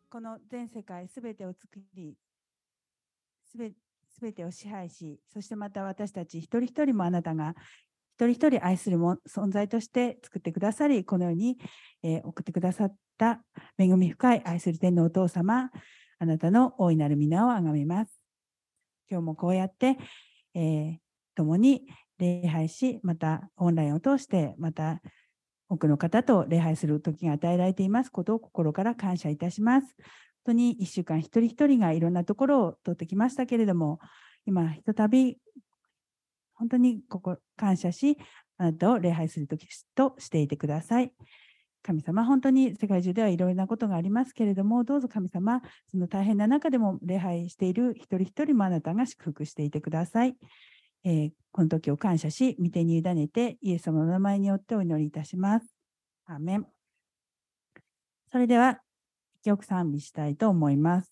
この全世界すべてを作り、すべてを支配し、そしてまた私たち一人一人もあなたが一人一人愛する存在として作ってくださり、このように、送ってくださった恵み深い愛する天のお父様、あなたの大いなる皆をあがめます。今日もこうやって、共に礼拝し、またオンラインを通して、また多くの方と礼拝する時が与えられていますことを心から感謝いたします。本当に1週間一人一人がいろんなところを通ってきましたけれども、今ひとたび本当に感謝し、あなたを礼拝する時としていてください。神様、本当に世界中ではいろいろなことがありますけれども、どうぞ神様、その大変な中でも礼拝している一人一人もあなたが祝福していてください。この時を感謝し、御手に委ねて、イエス様の名前によってお祈りいたします。アーメン。それでは、一曲賛美したいと思います。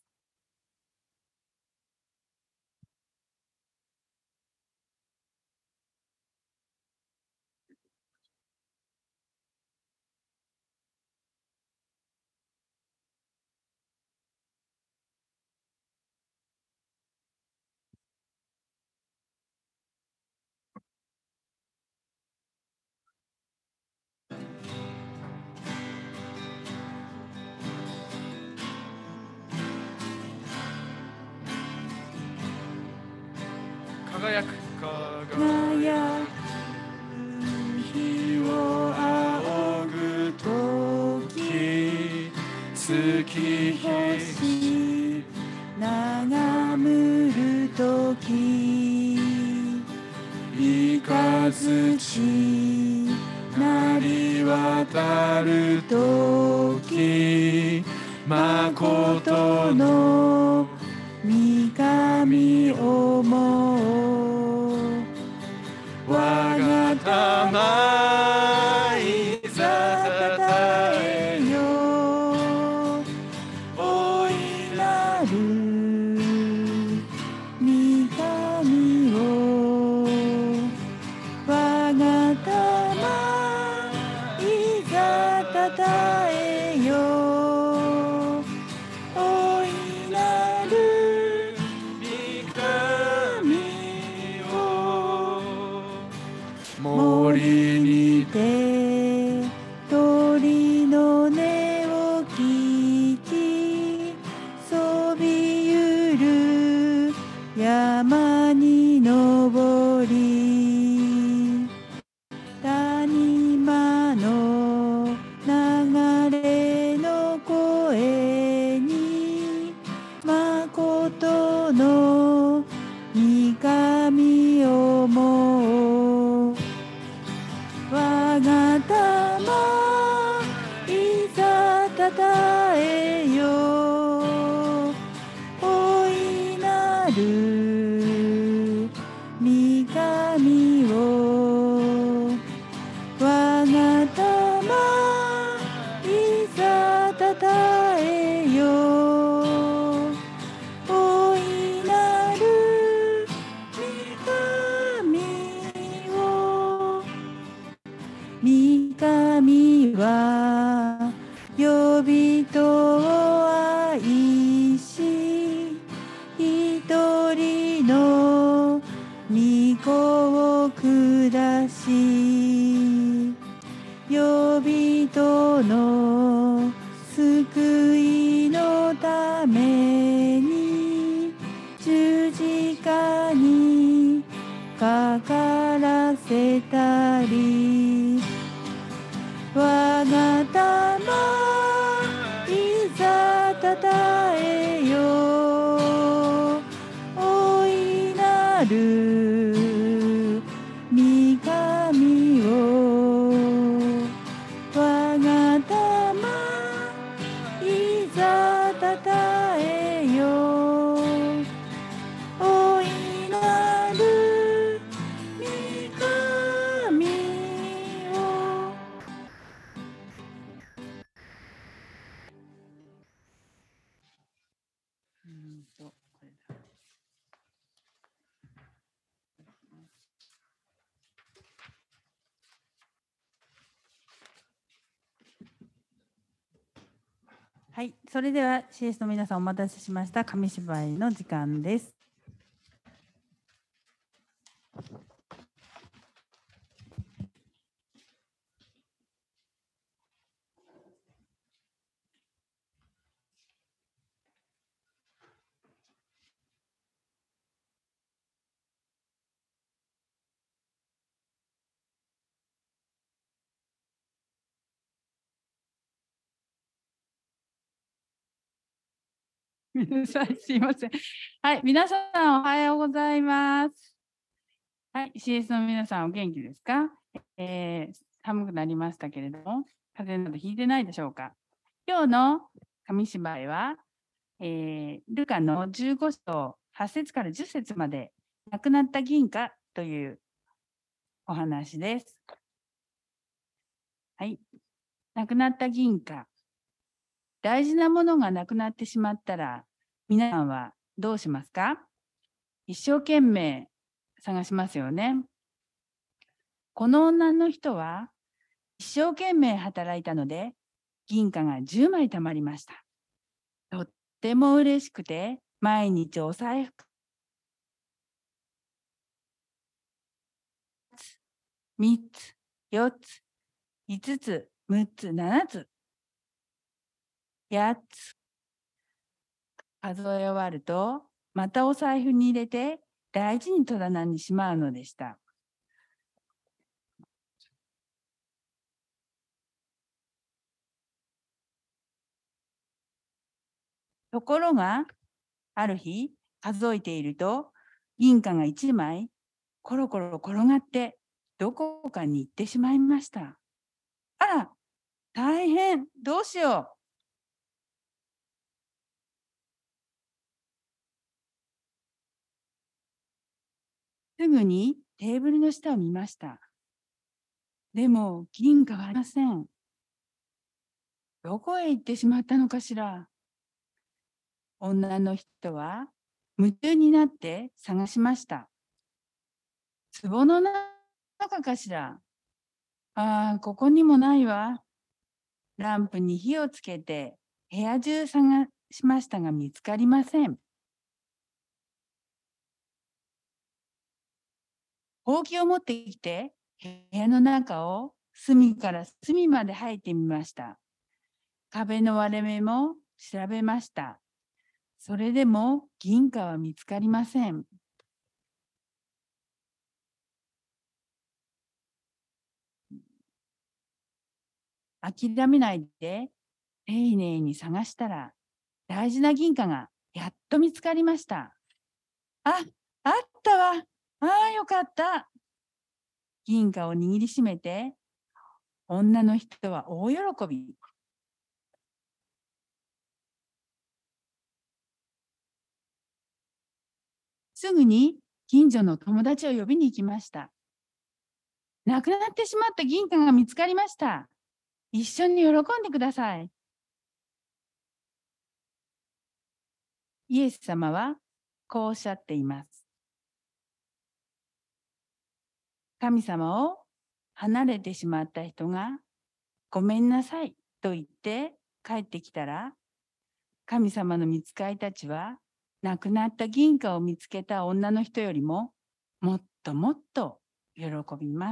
輝く輝く日を仰ぐ時、月星眺むる時、三日月なり渡る時、まことの御神を思う。我が魂いざたたえよ、大いなる御神を。我が魂いざたたえよ、大いなる御神を。森にて鳥の音を聞き、そびゆる山に登り、谷間の流れの声にまことの御神を思う。我が魂いざたたえよ、大いなる御神を。我が魂いざたたえよ、大いなる御神を。御神は呼び人を愛し、一人の御子を下し、呼び人の救いのために十字架にかからせたり、我が魂いざたたえよ、大いなる御神を。我が魂いざたたえよ、大いなる御神を。これだ。 はい、それでは CS の皆さんお待たせしました。紙芝居の時間です。皆さんすいません。はい、皆さんおはようございます。はい、CS の皆さんお元気ですか？寒くなりましたけれども、風邪などひいてないでしょうか？今日の紙芝居は、ルカの15章8節から10節まで亡くなった銀貨というお話です。はい、亡くなった銀貨。大事なものがなくなってしまったら、皆さんはどうしますか？一生懸命探しますよね。この女の人は一生懸命働いたので、銀貨が10枚貯まりました。とっても嬉しくて、毎日お財布3つ、4つ、5つ、6つ、7つ、8つ数え終わると、またお財布に入れて大事に戸棚にしまうのでした。ところが、ある日、数えていると、銀貨が1枚、コロコロ転がって、どこかに行ってしまいました。あら、大変、どうしよう。すぐにテーブルの下を見ました。でも、銀貨はありません。どこへ行ってしまったのかしら。女の人は夢中になって探しました。壺の中かしら。ああ、ここにもないわ。ランプに火をつけて部屋中探しましたが見つかりません。ほうきを持ってきて部屋の中を隅から隅まで入ってみました。壁の割れ目も調べました。それでも銀貨は見つかりません。諦めないで丁寧に探したら大事な銀貨がやっと見つかりました。あ、あったわ。ああ、よかった。銀貨を握りしめて女の人は大喜び。すぐに近所の友達を呼びに行きました。なくなってしまった銀貨が見つかりました。一緒に喜んでください。イエス様はこうおっしゃっています。神様を離れてしまった人がごめんなさいと言って帰ってきたら、神様の御使いたちは亡くなった銀貨を見つけた女の人よりももっともっと喜びます。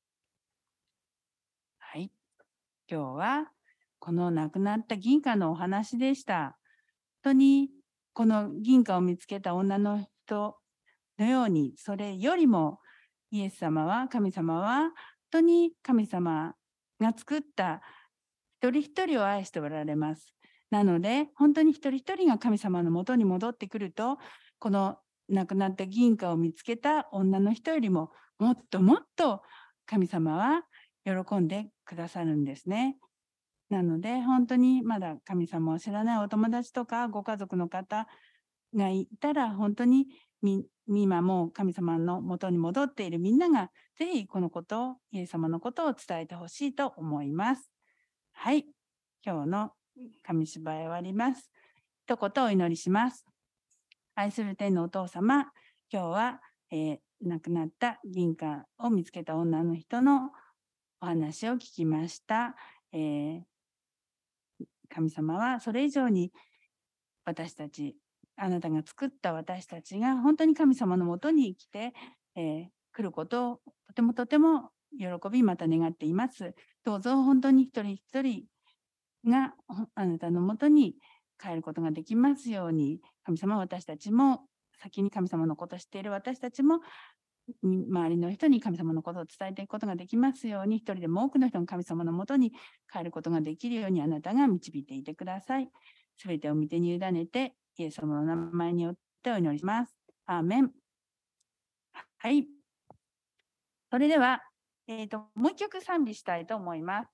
はい。今日はこの亡くなった銀貨のお話でした。本当にこの銀貨を見つけた女の人のように、それよりもイエス様は、神様は本当に神様が作った一人一人を愛しておられます。なので本当に一人一人が神様のもとに戻ってくると、この亡くなった銀貨を見つけた女の人よりももっともっと神様は喜んでくださるんですね。なので本当にまだ神様を知らないお友達とかご家族の方がいたら、本当に今も神様のもとに戻っているみんながぜひこのことを、イエス様のことを伝えてほしいと思います。はい、今日の紙芝居終わります。一言お祈りします。愛する天のお父様、今日は、亡くなった銀貨を見つけた女の人のお話を聞きました。 神様はそれ以上に私たち、あなたが作った私たちが本当に神様のもとに来て、来ることをとても喜びまた願っています。どうぞ本当に一人一人があなたのもとに帰ることができますように、神様、私たちも先に神様のことを知っている私たちも周りの人に神様のことを伝えていくことができますように、一人でも多くの人が神様のもとに帰ることができるようにあなたが導いていてください。すべてを御手に委ねて、イエス様の名前によってお祈りします。アーメン。はい。それでは、もう一曲賛美したいと思います。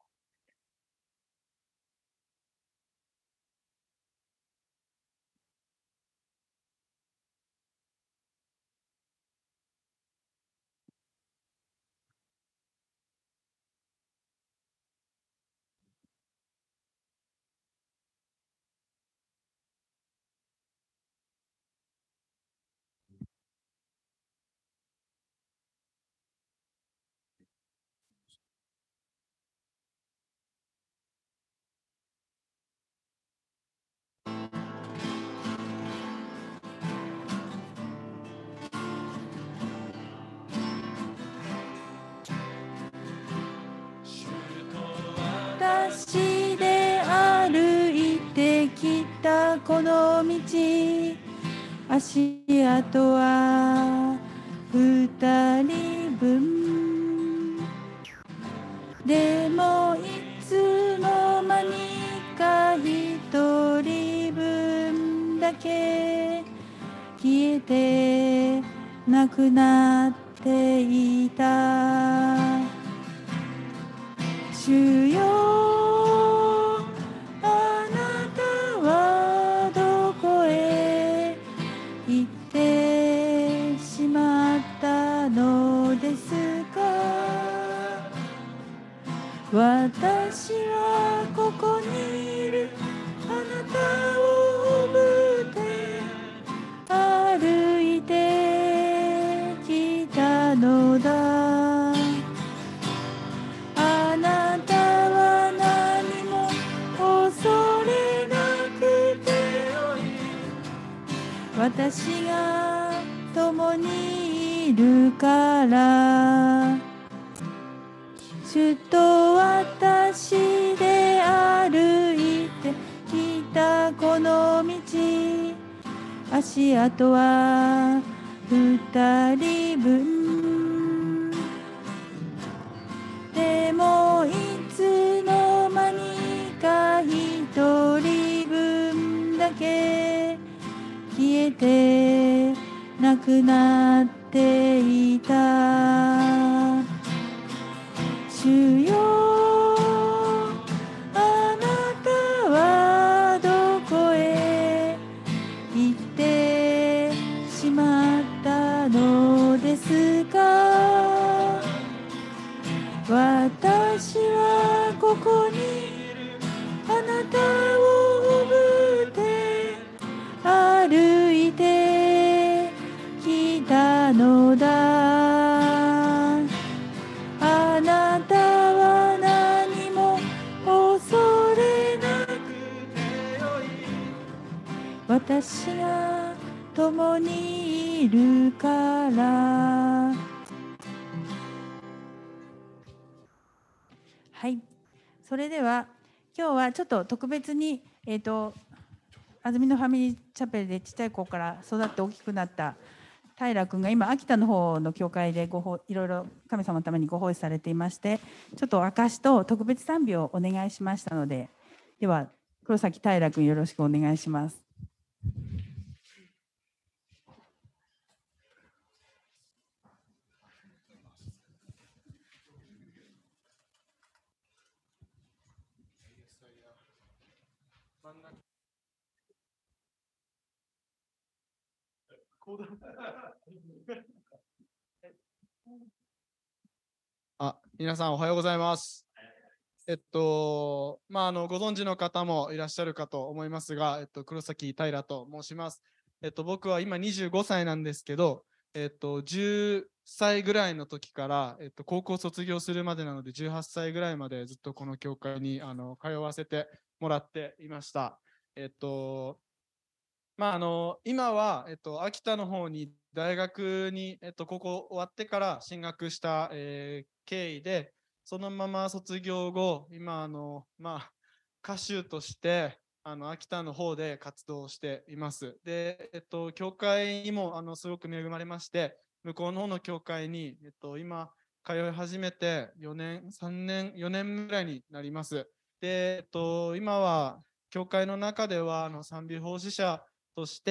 私で歩いてきたこの道、足跡は二人分。でもいつの間にか一人分だけ消えてなくなっていた。主よ、あなたはどこへ行ってしまったのですか。私はここにいるあなたを追って歩いてきたのだ。あなたは何も恐れなくてよい。私が共にいるから。主と私で歩いてきたこの道、足跡は二人分。でもいつの間にか一人分だけ消えてなくなっていた。主よ、あなたはどこへ行ってしまったのですか。私はここにあなたを追って歩いてきたのだ。あなたは何も恐れなくてよい。私が共にいるから。はい、それでは今日はちょっと特別に、安曇野ファミリーチャペルでちっちゃい子から育って大きくなった平君が今秋田の方の教会でいろいろ神様のためにご奉仕されていまして、ちょっと証と特別賛美をお願いしましたので、では黒崎平君よろしくお願いします。 皆さんおはようございます。ご存知の方もいらっしゃるかと思いますが、黒崎平と申します。僕は今25歳なんですけど、10歳ぐらいの時から、高校卒業するまでなので18歳ぐらいまでずっとこの教会に通わせてもらっていました。今は、秋田の方に大学に、ここ終わってから進学した、経緯で、そのまま卒業後、今、歌手として、秋田の方で活動しています。で、教会にもすごく恵まれまして、向こうの方の教会に、今、通い始めて4年、3年、4年ぐらいになります。で、今は、教会の中では賛美奉仕者として、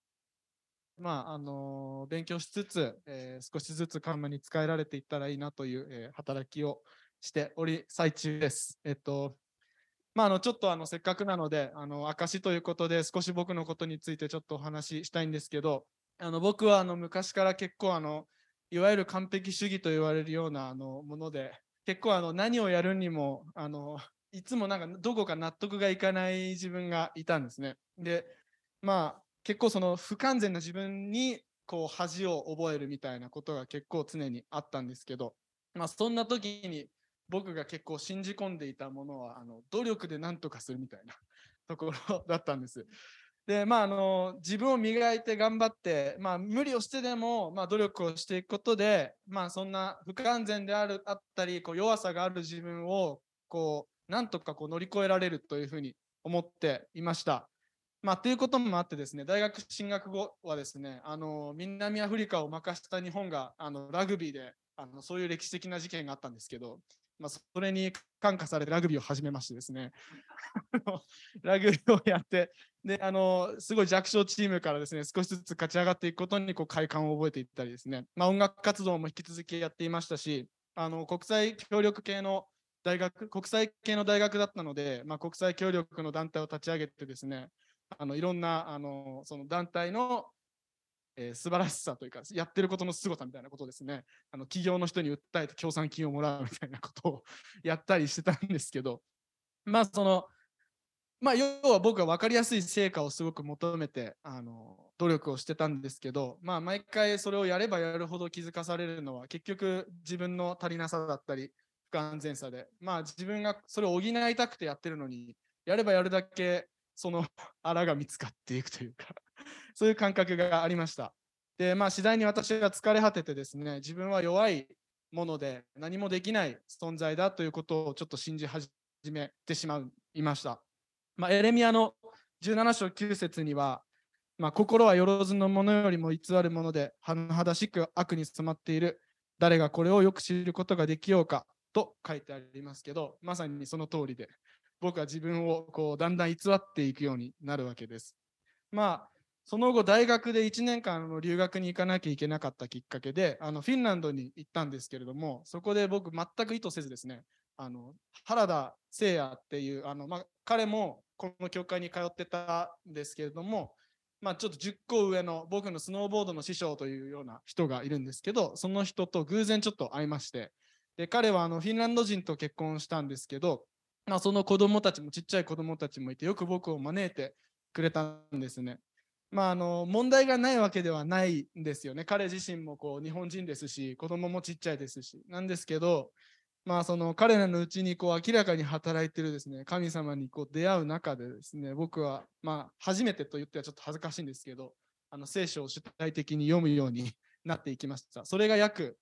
勉強しつつ、少しずつカンマに使えられていったらいいなという、働きをしており最中です。ちょっとせっかくなので証ということで少し僕のことについてちょっとお話ししたいんですけど、僕は昔から結構いわゆる完璧主義と言われるようなもので、結構何をやるにもいつもなんかどこか納得がいかない自分がいたんですね。で、結構その不完全な自分にこう恥を覚えるみたいなことが結構常にあったんですけど、そんな時に僕が結構信じ込んでいたものは努力で何とかするみたいなところだったんです。で、自分を磨いて頑張って、無理をしてでも、努力をしていくことで、そんな不完全であったりこう弱さがある自分をこうなんとかこう乗り越えられるというふうに思っていました。ということもあってですね、大学進学後はですね、南アフリカを負かした日本がラグビーでそういう歴史的な事件があったんですけど、それに感化されてラグビーを始めましてですねラグビーをやってで、すごい弱小チームからですね少しずつ勝ち上がっていくことにこう快感を覚えていったりですね、音楽活動も引き続きやっていましたし、国際協力系の大学、国際系の大学だったので、国際協力の団体を立ち上げてですね、いろんなその団体の、素晴らしさというかやってることの凄さみたいなことをですね、企業の人に訴えて協賛金をもらうみたいなことをやったりしてたんですけど、要は僕は分かりやすい成果をすごく求めて努力をしてたんですけど、毎回それをやればやるほど気づかされるのは結局自分の足りなさだったり不完全さで、自分がそれを補いたくてやってるのにやればやるだけその荒が見つかっていくというかそういう感覚がありました。で、次第に私は疲れ果ててですね、自分は弱いもので何もできない存在だということをちょっと信じ始めてしまいました。エレミヤの17章9節には、心はよろずのものよりも偽るもので甚だしく悪に染まっている、誰がこれをよく知ることができようかと書いてありますけど、まさにその通りで僕は自分をこうだんだん偽っていくようになるわけです。その後大学で1年間の留学に行かなきゃいけなかったきっかけでフィンランドに行ったんですけれども、そこで僕全く意図せずですね、原田誠也っていう彼もこの教会に通ってたんですけれども、ちょっと10個上の僕のスノーボードの師匠というような人がいるんですけど、その人と偶然ちょっと会いまして、で彼はフィンランド人と結婚したんですけど、その子供たちもちっちゃい子供たちもいてよく僕を招いてくれたんですね。問題がないわけではないんですよね。彼自身もこう日本人ですし、子供もちっちゃいですし、なんですけど、その彼らのうちにこう明らかに働いているですね、神様にこう出会う中でですね、僕は初めてと言ってはちょっと恥ずかしいんですけど、聖書を主体的に読むようになっていきました。それが約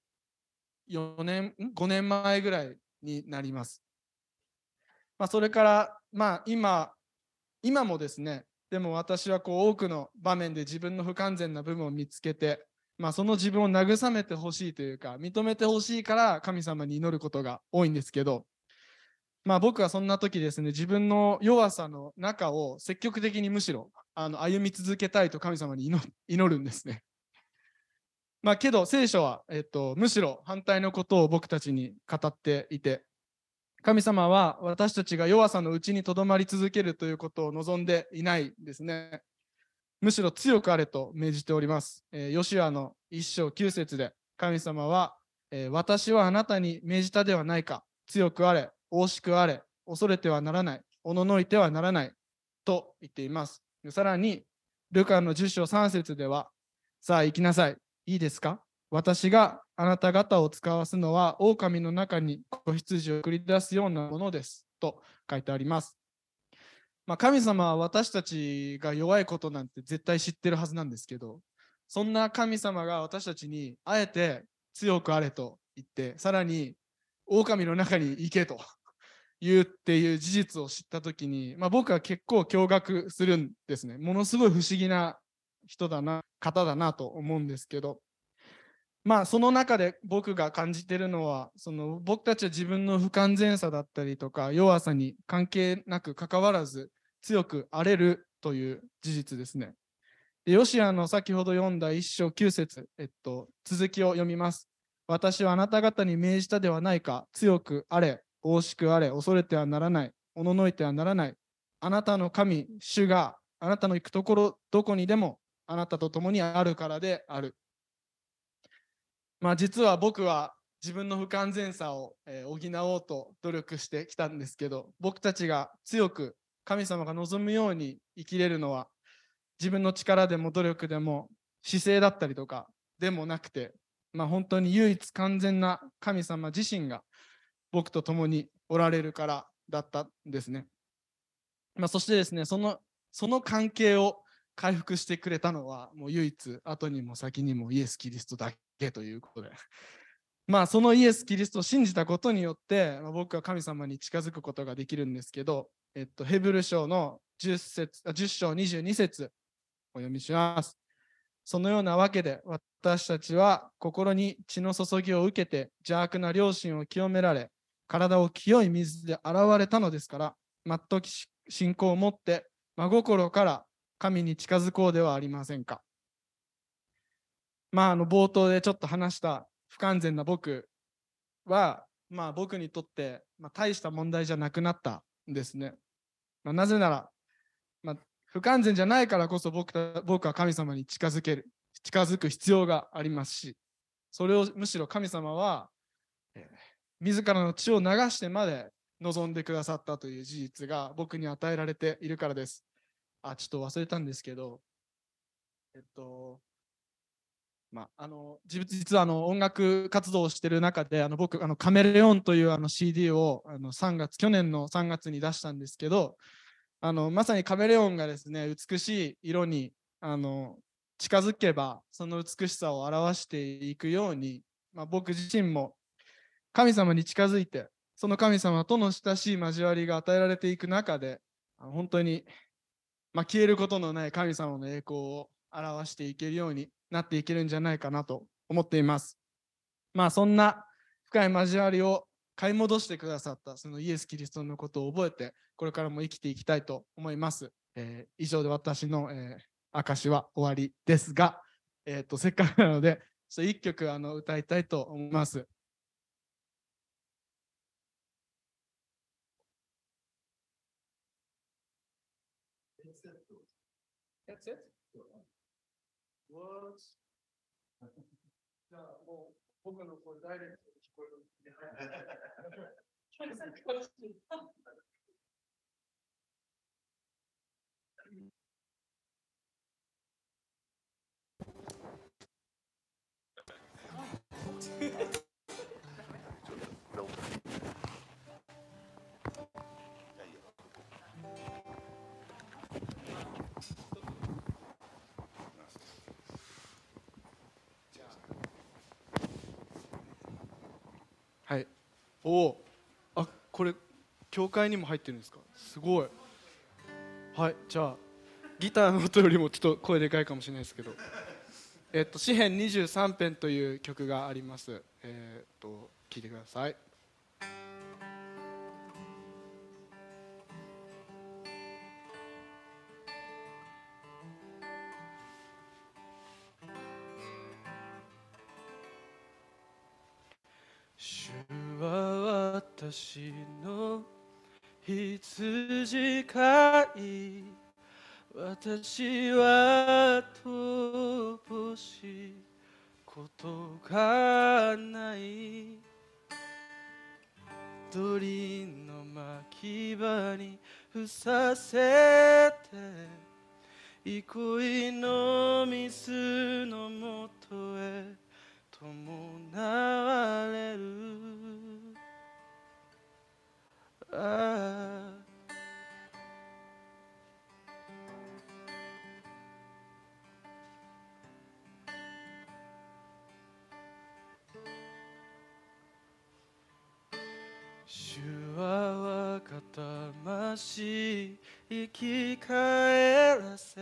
5年前ぐらいになります。それから今もですね、でも私はこう多くの場面で自分の不完全な部分を見つけて、その自分を慰めてほしいというか認めてほしいから神様に祈ることが多いんですけど、僕はそんな時ですね、自分の弱さの中を積極的にむしろ歩み続けたいと神様に祈るんですね。けど聖書は、むしろ反対のことを僕たちに語っていて、神様は私たちが弱さのうちにとどまり続けるということを望んでいないですね。むしろ強くあれと命じております。ヨシュアの1章9節で神様は、私はあなたに命じたではないか、強くあれ、大しくあれ、恐れてはならない、おののいてはならないと言っています。さらにルカの10章3節では、さあ行きなさい、いいですか、私があなた方を使わすのは狼の中に子羊を繰り出すようなものですと書いてあります。 神様は私たちが弱いことなんて絶対知ってるはずなんですけど、そんな神様が私たちにあえて強くあれと言って、さらに狼の中に行けと言うっていう事実を知ったときに、僕は結構驚愕するんですね。ものすごい不思議な方だなと思うんですけど、その中で僕が感じているのは、僕たちは自分の不完全さだったりとか弱さに関係なく関わらず強くあれるという事実ですね。でヨシアの先ほど読んだ一章9節、続きを読みます。私はあなた方に命じたではないか、強くあれ、大しくあれ、恐れてはならない、おののいてはならない。あなたの神、主があなたの行くところどこにでもあなたと共にあるからである。実は僕は自分の不完全さを補おうと努力してきたんですけど、僕たちが強く神様が望むように生きれるのは自分の力でも努力でも姿勢だったりとかでもなくて、本当に唯一完全な神様自身が僕と共におられるからだったんですね。そしてですね、その関係を回復してくれたのはもう唯一後にも先にもイエス・キリストだけということで、そのイエス・キリストを信じたことによって、僕は神様に近づくことができるんですけど、ヘブル書の10章22節お読みします。そのようなわけで私たちは心に血の注ぎを受けて邪悪な良心を清められ、体を清い水で洗われたのですから、全く信仰を持って真心から神に近づこうではありませんか。冒頭でちょっと話した不完全な僕は、僕にとって、大した問題じゃなくなったんですね。なぜなら、不完全じゃないからこそ僕は神様に近づく必要がありますし、それをむしろ神様は、自らの血を流してまで望んでくださったという事実が僕に与えられているからです。ちょっと忘れたんですけど、実は音楽活動をしている中で僕カメレオンというCD を去年の3月に出したんですけど、まさにカメレオンがですね、美しい色に近づけばその美しさを表していくように、僕自身も神様に近づいて、その神様との親しい交わりが与えられていく中で、本当に、消えることのない神様の栄光を表していけるようになっていけるんじゃないかなと思っています。そんな深い交わりを買い戻してくださったそのイエス・キリストのことを覚えて、これからも生きていきたいと思います。以上で私の、証は終わりですが、せっかくなので一曲歌いたいと思います。That's it? What? じゃあもう僕の声ダイレクトに聞こえる。はい。これ教会にも入ってるんですか。すごい。はい。じゃあギターの音よりもちょっと声でかいかもしれないですけど、詩編23編という曲があります。聞いてください。主は私の羊飼い、私は乏しいことがない。鳥の牧場にふさせて、憩いの水のもとへ伴われる。 魂生き返らせ、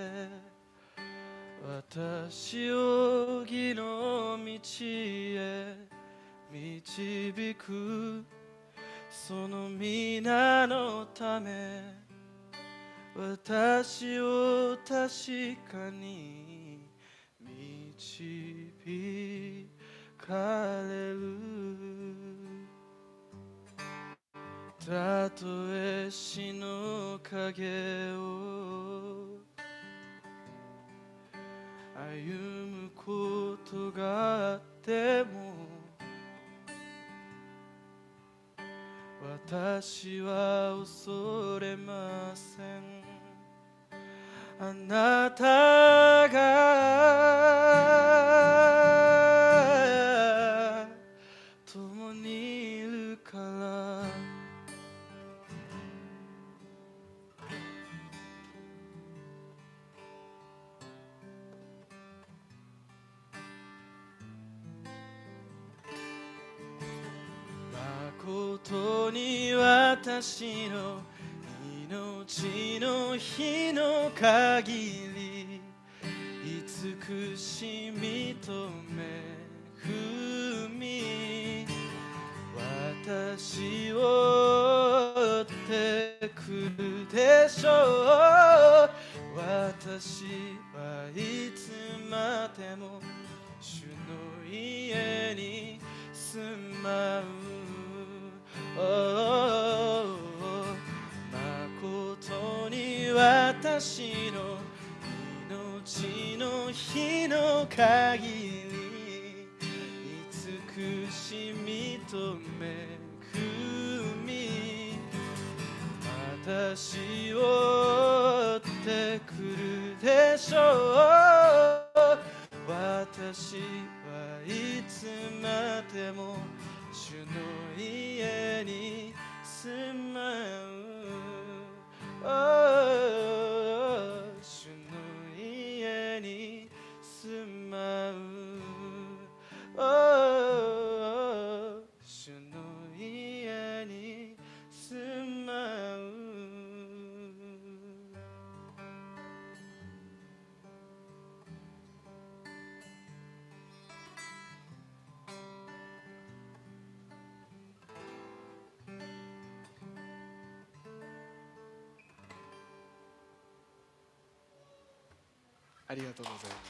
私を義の道へ導く。その皆のため私を確かに導かれる。たとえ死の影を歩むことがあっても、私は恐れません。あなたが共にいるから。誠に私の命の日の限り慈しみと恵み、私を追ってくるでしょう。私はいつまでも主の家に住まう。誠に私の命の日の限り慈しみと恵み、私を追ってくるでしょう。私はいつまでも主の家に住まう。主の家に住まう。主の家に住まう。 ありがとうございます。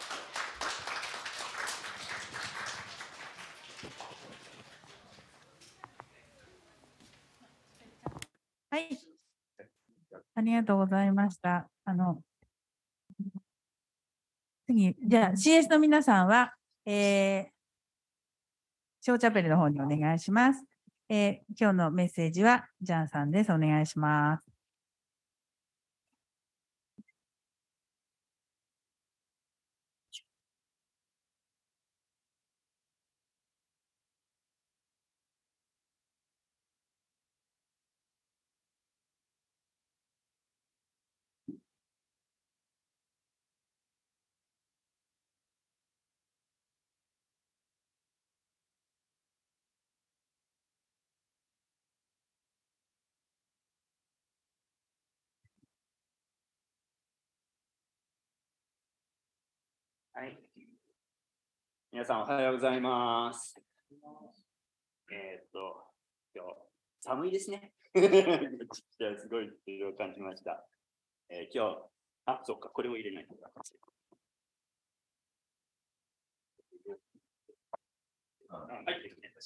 はい。ありがとうございました。次、じゃあ CS の皆さんは、ショーチャペルの方にお願いします。今日のメッセージはジャンさんです。お願いします。 はい。皆さんおはようございます。今日寒いですね。すごい日を感じました。今日、そうか、これを入れないと。はい。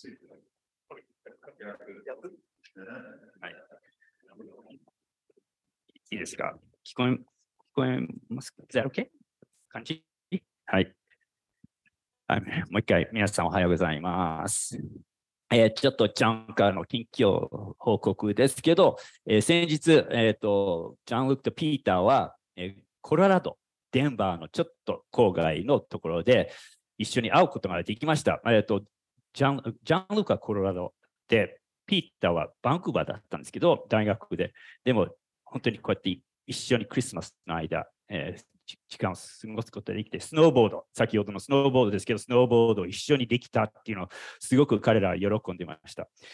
いいですか？聞こえますか？ Is that okay? 感じ？はい。もう一回、皆さんおはようございます。ちょっとジャンからの近況報告ですけど、先日、ジャン・ルックとピーターは、コロラド、デンバーのちょっと郊外のところで一緒に会うことができました。ジャン・ルックはコロラドで、ピーターはバンクーバーだったんですけど、大学で。でも、本当にこうやって一緒にクリスマスの間、時間を過ごすことができて、スノーボード、先ほどのスノーボードですけど、スノーボードを一緒にできたっていうのをすごく彼らは喜んでました。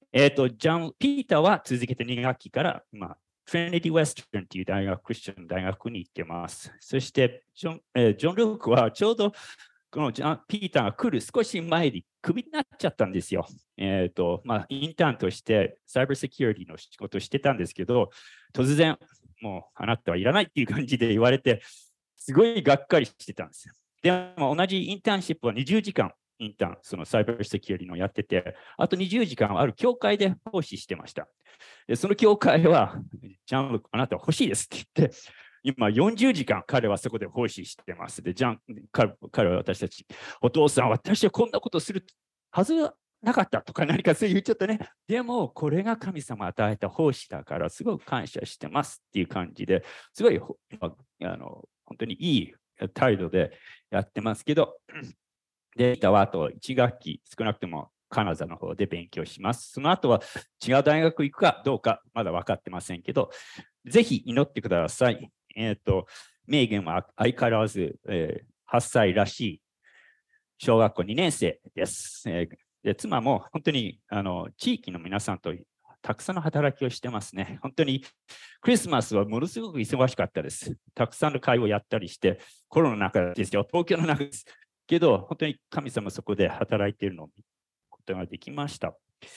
ピーターは続けて2学期から、トリニティ・ウェスタンという大学、クリスチャン大学に行ってます。そして、ジョン・ルークはちょうどこのピーターが来る少し前にクビになっちゃったんですよ。インターンとしてサイバーセキュリティの仕事をしてたんですけど、突然、もうあなたはいらないっていう感じで言われて、すごいがっかりしてたんですよ。でも同じインターンシップは20時間インターン、そのサイバーセキュリティのやってて、あと20時間はある教会で奉仕してました。でその教会は、ジャンル、あなたは欲しいですって言って、今40時間彼はそこで奉仕してます。で、彼は私たち、お父さん、私はこんなことするはずはなかったとか何かそう言っちゃったね。でも、これが神様与えた奉仕だから、すごく感謝してますっていう感じで、すごい本当にいい態度でやってますけど、で、あと1学期、少なくともカナダの方で勉強します。その後は違う大学行くかどうかまだ分かってませんけど、ぜひ祈ってください。メーゲンは相変わらず、8歳らしい小学校2年生です。で妻も本当に地域の皆さんとたくさんの働きをしてますね。本当にクリスマスはものすごく忙しかったです。たくさんの会をやったりして、コロナの中ですよ、東京の中です。けど、本当に神様そこで働いているのを見ることができました。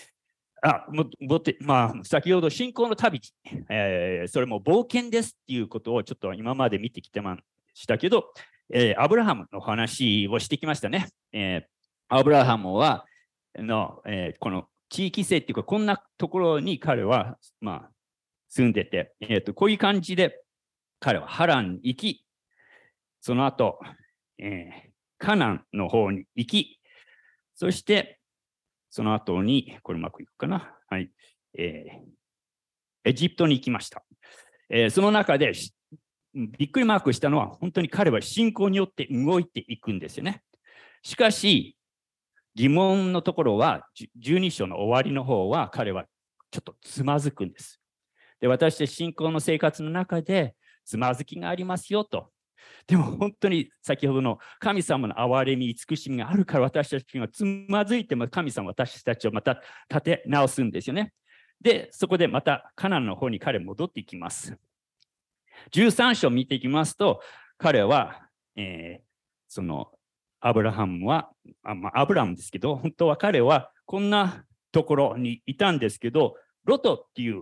先ほど信仰の旅、それも冒険ですっていうことをちょっと今まで見てきてましたけど、アブラハムの話をしてきましたね。アブラハムはこの地域性っていうか、こんなところに彼は、住んでて、こういう感じで彼はハランに行き、その後、カナンの方に行き、そしてその後に、これうまくいくかな、はい、エジプトに行きました。その中でびっくりマークしたのは、本当に彼は信仰によって動いていくんですよね。しかし、疑問のところは、12章の終わりの方は、彼はちょっとつまずくんです。で、私たち信仰の生活の中で、つまずきがありますよと。でも本当に先ほどの神様の憐れみ、慈しみがあるから私たちがつまずいても神様は私たちをまた立て直すんですよね。で、そこでまたカナンの方に彼戻っていきます。13章を見ていきますと、彼は、そのアブラハムは、アブラムですけど、本当は彼はこんなところにいたんですけど、ロトっていう、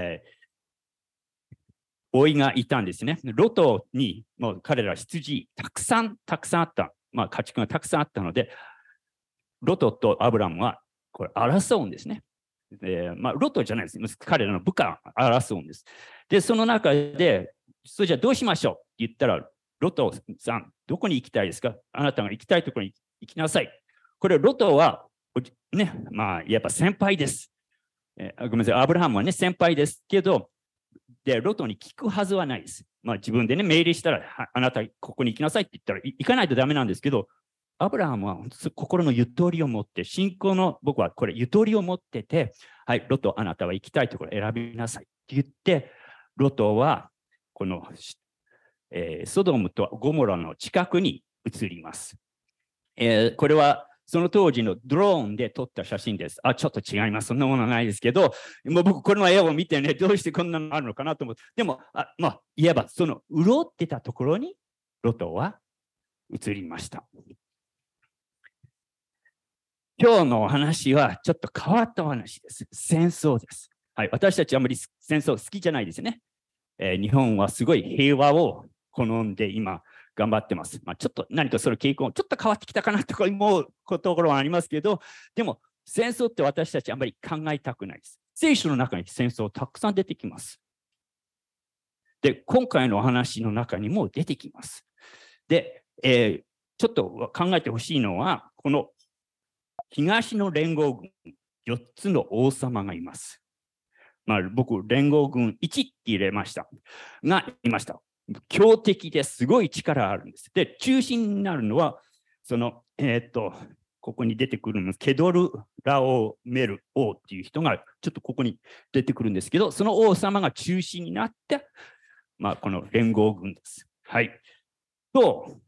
老いがいたんですね。ロトにもう彼ら羊たくさんあった、家畜がたくさんあったので、ロトとアブラムはこれ争うんですね。ロトじゃないです。彼らの部下争うんです。で、その中で、じゃあどうしましょうって言ったら、ロトさん、どこに行きたいですか？あなたが行きたいところに行きなさい。これ、ロトは、ね、やっぱ先輩です。ごめんなさい、アブラハムはね、先輩ですけど、で、ロトに聞くはずはないです。自分でね、命令したら、あなた、ここに行きなさいって言ったら、行かないとダメなんですけど、アブラハムは心のゆとりを持って、信仰の、僕はこれ、ゆとりを持ってて、はい、ロト、あなたは行きたいところ選びなさいって言って、ロトは、この、ソドムとゴモラの近くに移ります。これは、その当時のドローンで撮った写真です。ちょっと違います。そんなものはないですけど、もう僕、この絵を見てね、どうしてこんなのあるのかなと思って。でも、いわばその潤ってたところに、ロトは移りました。今日のお話はちょっと変わったお話です。戦争です。はい、私たちあまり戦争好きじゃないですよね。日本はすごい平和を好んで今、頑張ってます。ちょっと何かその傾向、ちょっと変わってきたかなとか思うところはありますけど、でも戦争って私たちあんまり考えたくないです。聖書の中に戦争たくさん出てきます。で、今回のお話の中にも出てきます。で、ちょっと考えてほしいのは、この東の連合軍、4つの王様がいます。僕、連合軍1って入れました。がいました。強敵ですごい力があるんです。で、中心になるのは、その、ここに出てくるのケドルラオメル王っていう人がちょっとここに出てくるんですけど、その王様が中心になって、この連合軍です。はい。と、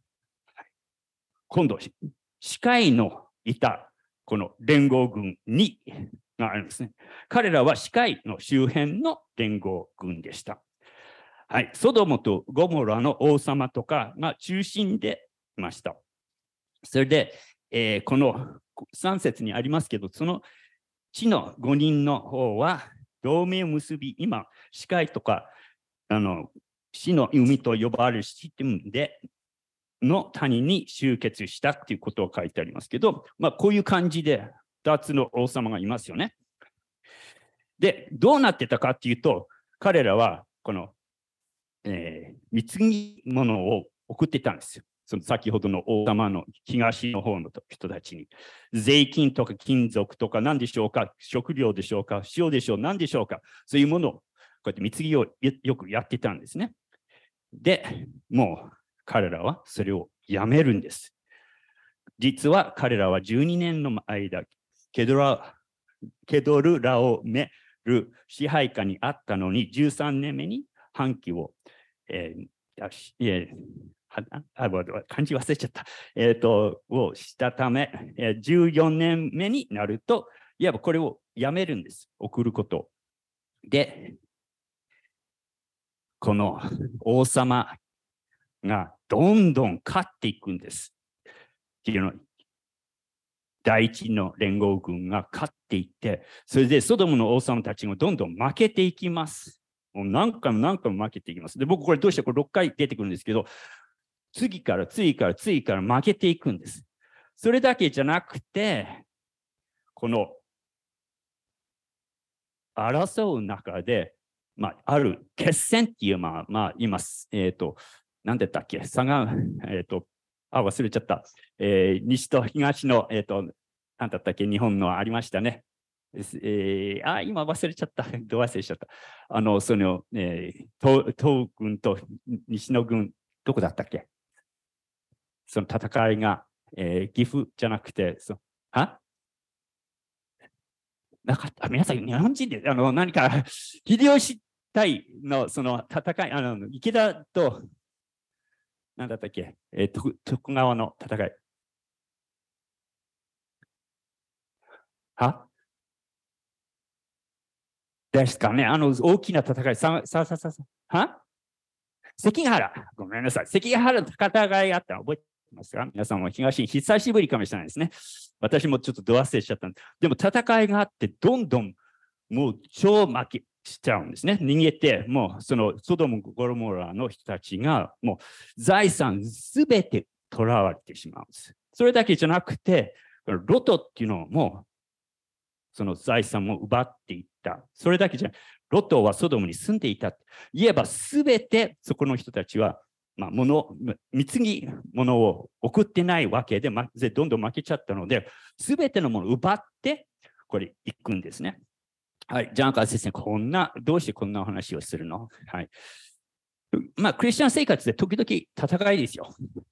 今度、司会のいたこの連合軍にがあるんですね。彼らは死海の周辺の連合軍でした。はい、ソドムとゴモラの王様とかが中心でいました。それで、この3節にありますけど、その地の5人の方は同盟を結び、今、死海とか死の海と呼ばれるシステムでの谷に集結したということを書いてありますけど、こういう感じで2つの王様がいますよね。で、どうなってたかっていうと、彼らはこの貢ぎ物を送ってたんですよ。その先ほどの王様の東の方の人たちに。税金とか金属とか何でしょうか、食料でしょうか、塩でしょう、何でしょうか、そういうものをこうやって貢ぎをよくやってたんですね。で、もう彼らはそれをやめるんです。実は彼らは12年の間、ケドルラオメル支配下にあったのに、13年目に反旗を漢字忘れちゃった。をしたため、14年目になると、いわばこれをやめるんです。送ること。で、この王様がどんどん勝っていくんです。第一の連合軍が勝っていって、それでソドムの王様たちがどんどん負けていきます。もう何回も負けていきます。で、僕これどうしてこれ6回出てくるんですけど、次から負けていくんです。それだけじゃなくて、この争う中で、ある決戦っていう、今、何だったっけ、差が、忘れちゃった。西と東の、何だったっけ、日本のありましたね。今忘れちゃった。ど忘れちゃった。東軍と西の軍、どこだったっけ？その戦いが、岐阜じゃなくて、なかった。皆さん、日本人で何か秀吉対のその戦い、池田と、何だったっけ、徳川の戦い。ですかね、大きな戦い、関ヶ原、ごめんなさい、関ヶ原の戦いがあったの覚えてますか？皆さんも東に久しぶりかもしれないですね。私もちょっとど忘れしちゃったんで。でも戦いがあって、どんどんもう超負けしちゃうんですね。逃げて、もうそのソドム・ゴモラの人たちが、もう財産すべて取られてしまうんです。それだけじゃなくて、ロトっていうのも、その財産も奪っていった。それだけじゃない。ロトはソドムに住んでいた。言えばすべてそこの人たちは、貢ぎ物を送ってないわけで、どんどん負けちゃったので、すべてのものを奪って、これ行くんですね。はい。ジャンカー先生、どうしてこんなお話をするの？はい。クリスチャン生活で時々戦いですよ。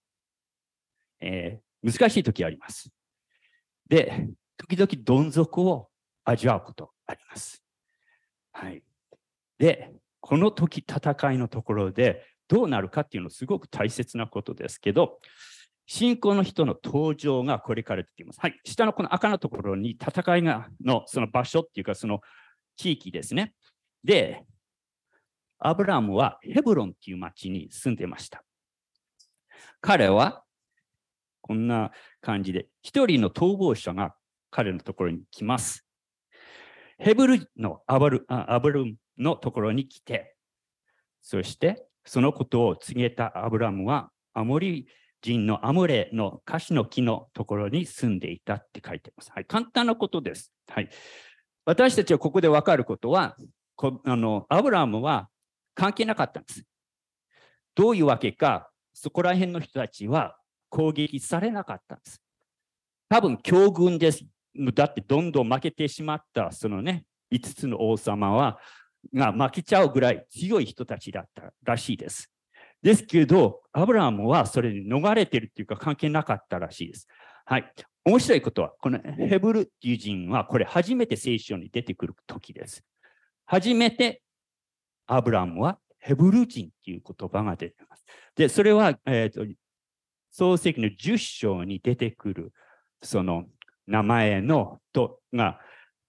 難しい時あります。で、時々どん底を味わうことあります。はい。で、この時戦いのところでどうなるかっていうのはすごく大切なことですけど、信仰の人の登場がこれから出てきます。はい。下のこの赤のところに戦いのその場所っていうかその地域ですね。で、アブラムはヘブロンっていう町に住んでました。彼はこんな感じで一人の逃亡者が彼のところに来ます。ヘブルのアブラムのところに来て、そしてそのことを告げたアブラムはアモリ人のアムレのカシの木のところに住んでいたって書いてます。はい、簡単なことです。はい、私たちはここで分かることは、アブラムは関係なかったんです。どういうわけか、そこら辺の人たちは攻撃されなかったんです。多分強軍です。だってどんどん負けてしまったそのね、5つの王様が負けちゃうぐらい強い人たちだったらしいです。ですけど、アブラムはそれに逃れてるっていうか関係なかったらしいです。はい。面白いことは、このヘブルっていう人は、これ初めて聖書に出てくる時です。初めてアブラムはヘブル人っていう言葉が出てきます。で、それは、創世記の10章に出てくるその名前が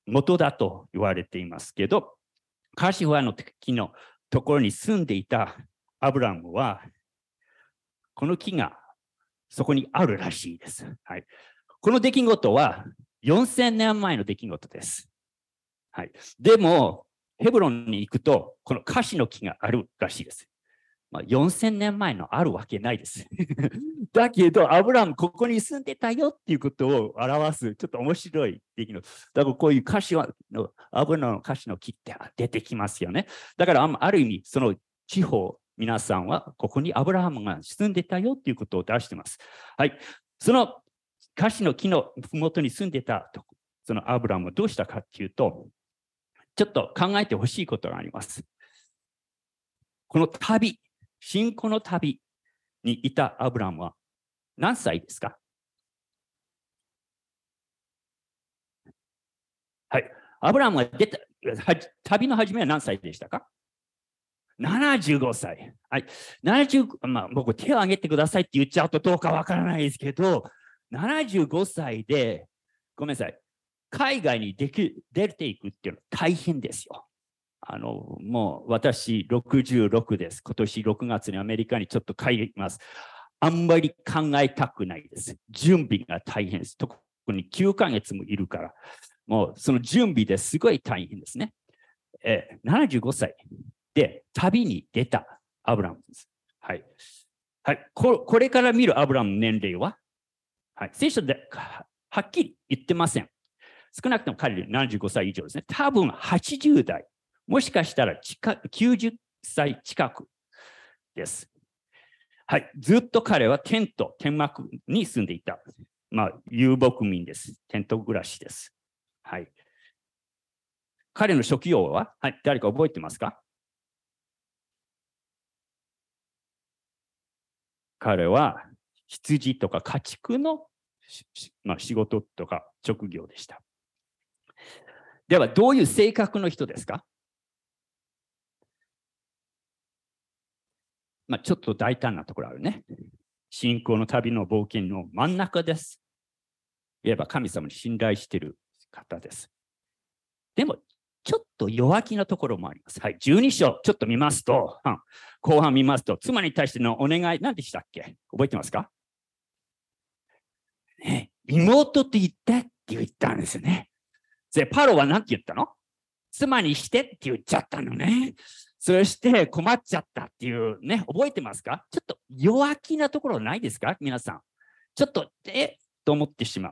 元だと言われていますけど、カシファの木のところに住んでいたアブラムは、この木がそこにあるらしいです。はい、この出来事は4000年前の出来事です。はい、でも、ヘブロンに行くと、このカシの木があるらしいです。4000年前のあるわけないです。だけど、アブラム、ここに住んでたよっていうことを表す、ちょっと面白い出来事。だからこういうカシの、アブラムのカシの木って出てきますよね。だからある意味、その地方、皆さんはここにアブラハムが住んでたよっていうことを出しています。はい。そのカシの木のふもとに住んでたそのアブラムはどうしたかっていうと、ちょっと考えてほしいことがあります。この旅、信仰の旅にいたアブラムは何歳ですか？はい。アブラムが出た旅の始めは何歳でしたか？75歳。はい。僕手を挙げてくださいって言っちゃうとどうかわからないですけど、75歳で、ごめんなさい。海外に出ていくっていうのは大変ですよ。もう私66です。今年6月にアメリカにちょっと帰ります。あんまり考えたくないです。準備が大変です。特に9ヶ月もいるから、もうその準備ですごい大変ですね。75歳で旅に出たアブラムです。はい。はい、これから見るアブラムの年齢は、はい、聖書ではっきり言ってません。少なくとも彼は75歳以上ですね。多分80代。もしかしたら90歳近くです。はい。ずっと彼は天幕に住んでいた。遊牧民です。テント暮らしです。はい。彼の職業は、はい、誰か覚えてますか？彼は羊とか家畜の、仕事とか職業でした。では、どういう性格の人ですか？ちょっと大胆なところあるね。信仰の旅の冒険の真ん中です。いわば神様に信頼している方です。でも、ちょっと弱気なところもあります。はい、12章、ちょっと見ますと、後半見ますと、妻に対してのお願い、何でしたっけ？覚えてますか？ね、妹って言ってって言ったんですよね。で、パロは何て言ったの？妻にしてって言っちゃったのね。そして困っちゃったっていうね、覚えてますか？ちょっと弱気なところないですか？皆さん。ちょっと、と思ってしまう。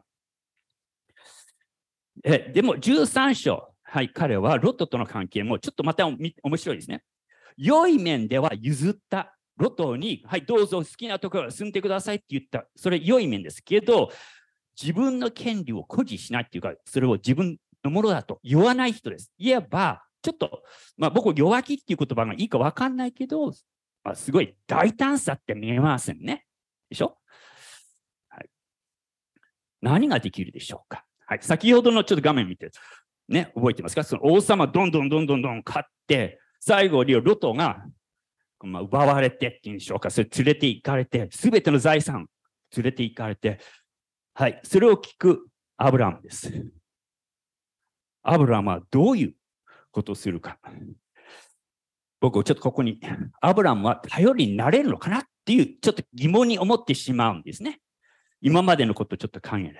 でも13章、はい、彼はロトとの関係もちょっとまた面白いですね。良い面では譲ったロトに、はい、どうぞ好きなところに住んでくださいって言った。それ良い面ですけど、自分の権利を誇示しないっていうか、それを自分のものだと言わない人です。言えば、ちょっと、僕、弱気っていう言葉がいいか分かんないけど、すごい大胆さって見えませんね。でしょ？はい、何ができるでしょうか？はい、先ほどのちょっと画面見て、ね、覚えてますか？その王様どんどん勝って、最後にロトが、奪われてっていうんでしょうか、それ連れて行かれて、すべての財産連れて行かれて、はい、それを聞くアブラムです。アブラムはどういうことをするか。僕、ちょっとここに、アブラムは頼りになれるのかなっていう、ちょっと疑問に思ってしまうんですね。今までのことをちょっと考えれば。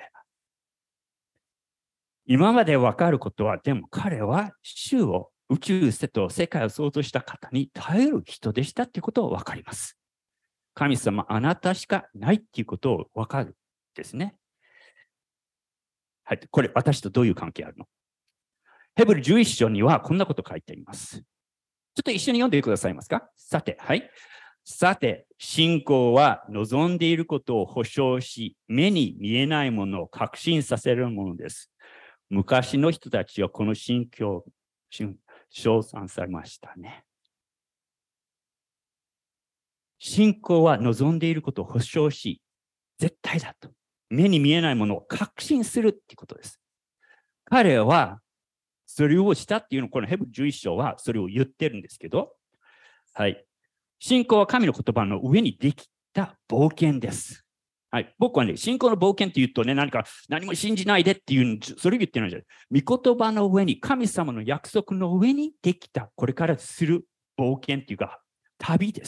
今まで分かることは、でも彼は主を、宇宙と世界を創造した方に頼る人でしたっていうことを分かります。神様、あなたしかないっていうことを分かるんですね。はい、これ、私とどういう関係あるの？ヘブル11章にはこんなこと書いています。ちょっと一緒に読んでくださいますか？さて、はい。さて、信仰は望んでいることを保証し、目に見えないものを確信させるものです。昔の人たちはこの信仰を称賛されましたね。信仰は望んでいることを保証し、絶対だと。目に見えないものを確信するってことです。彼はそれをしたっていうのを、このヘブル11章はそれを言ってるんですけど、はい。信仰は神の言葉の上にできた冒険です。 はい、僕はね、信仰の冒険って言うとね、何も信じないでっていう、それ言ってないじゃない。御言葉の上に、神様の約束の上にできた、これからする冒険っていうか、旅です。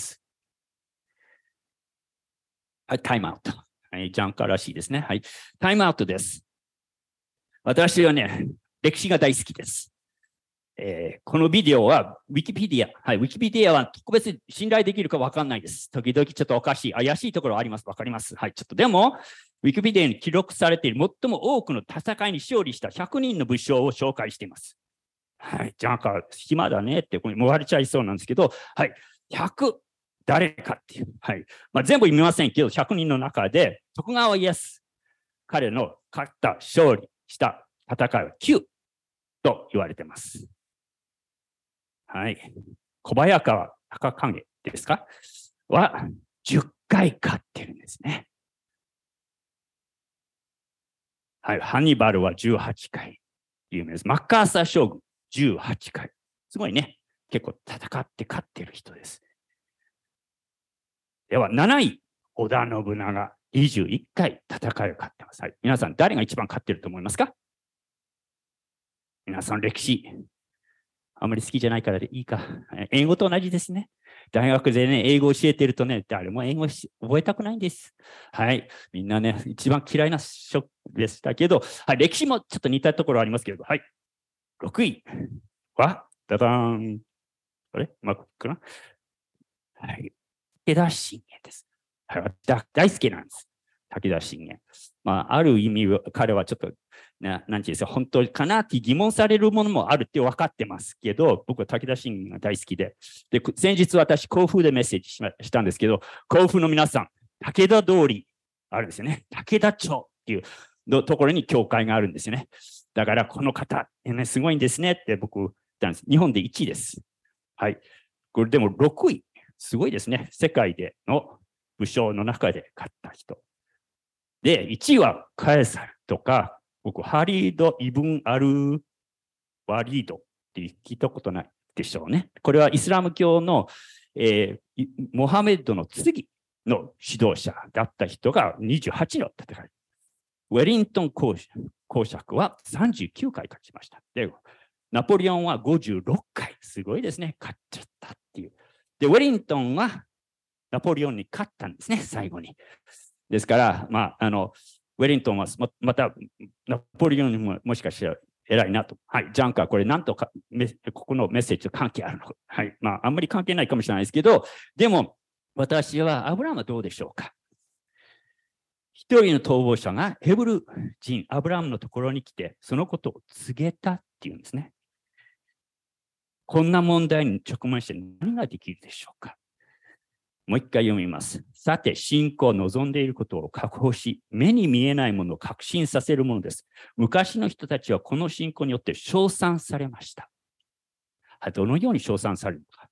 はい、タイムアウト。はい、ジャンカーらしいですね。はい、タイムアウトです。私はね、歴史が大好きです。このビデオは、ウィキペディア。はい、ウィキペディアは特別信頼できるか分かんないです。時々ちょっとおかしい、怪しいところあります。分かります。はい、ちょっとでも、ウィキペディアに記録されている最も多くの戦いに勝利した100人の武将を紹介しています。はい、ジャンカー、暇だねって、ここにもわれちゃいそうなんですけど、はい、100、誰かっていう。はい、全部見ませんけど、100人の中で、徳川家康、彼の勝った、勝利した戦いは9と言われています。はい。小早川高景ですかは10回勝ってるんですね。はい。ハンニバルは18回。有名です。マッカーサー将軍18回。すごいね。結構戦って勝ってる人です。では7位、織田信長21回戦いを勝ってます。はい。皆さん、誰が一番勝ってると思いますか？皆さん、歴史。あんまり好きじゃないからでいいか。英語と同じですね。大学でね、英語を教えてるとね、誰も英語覚えたくないんです。はい。みんなね、一番嫌いな職でしたけど、はい、歴史もちょっと似たところありますけど、はい。6位は、ダダーン。あれうまくかな？はい。武田信玄です。はい。大好きなんです。武田信玄。ある意味、彼はちょっと、なんていうんですか、本当かなって疑問されるものもあるって分かってますけど、僕は武田信玄が大好きで、先日私、甲府でメッセージしたんですけど、甲府の皆さん、武田通りあるんですよね。武田町っていうのところに教会があるんですよね。だから、この方、すごいんですねって僕言ったんです。日本で1位です。はい。これでも6位、すごいですね。世界での武将の中で勝った人。で、1位はカエサルとか、僕、ハリード・イブン・アル・ワリードって聞いたことないでしょうね。これはイスラム教の、モハメッドの次の指導者だった人が28の戦い。ウェリントン公爵は39回勝ちました。で、ナポレオンは56回。すごいですね。勝っちゃったっていう。で、ウェリントンはナポレオンに勝ったんですね、最後に。ですから、ウェリントンはまたナポレオンにもしかしたら偉いなと。はい、ジャンカー、これなんとかここのメッセージと関係あるの。はい、あんまり関係ないかもしれないですけど、でも私はアブラハムはどうでしょうか。一人の逃亡者がヘブル人アブラハムのところに来て、そのことを告げたっていうんですね。こんな問題に直面して何ができるでしょうか。もう一回読みます。さて、信仰を望んでいることを確保し、目に見えないものを確信させるものです。昔の人たちはこの信仰によって称賛されました。どのように称賛されるのか。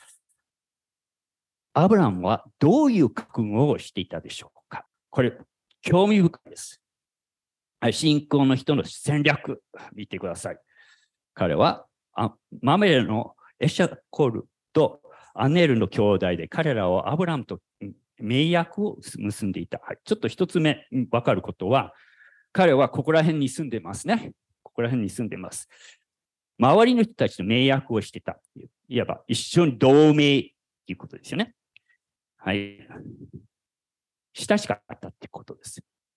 アブラハムはどういう覚悟をしていたでしょうか。これ、興味深いです。信仰の人の戦略、見てください。彼は、マメレのエシャコルとアネルの兄弟で彼らをアブラムと盟約を結んでいた。はい、ちょっと一つ目分かることは、彼はここら辺に住んでますね。ここら辺に住んでます。周りの人たちと盟約をしてた。いわば一緒に同盟っていうことですよね。はい。親しかったってことです。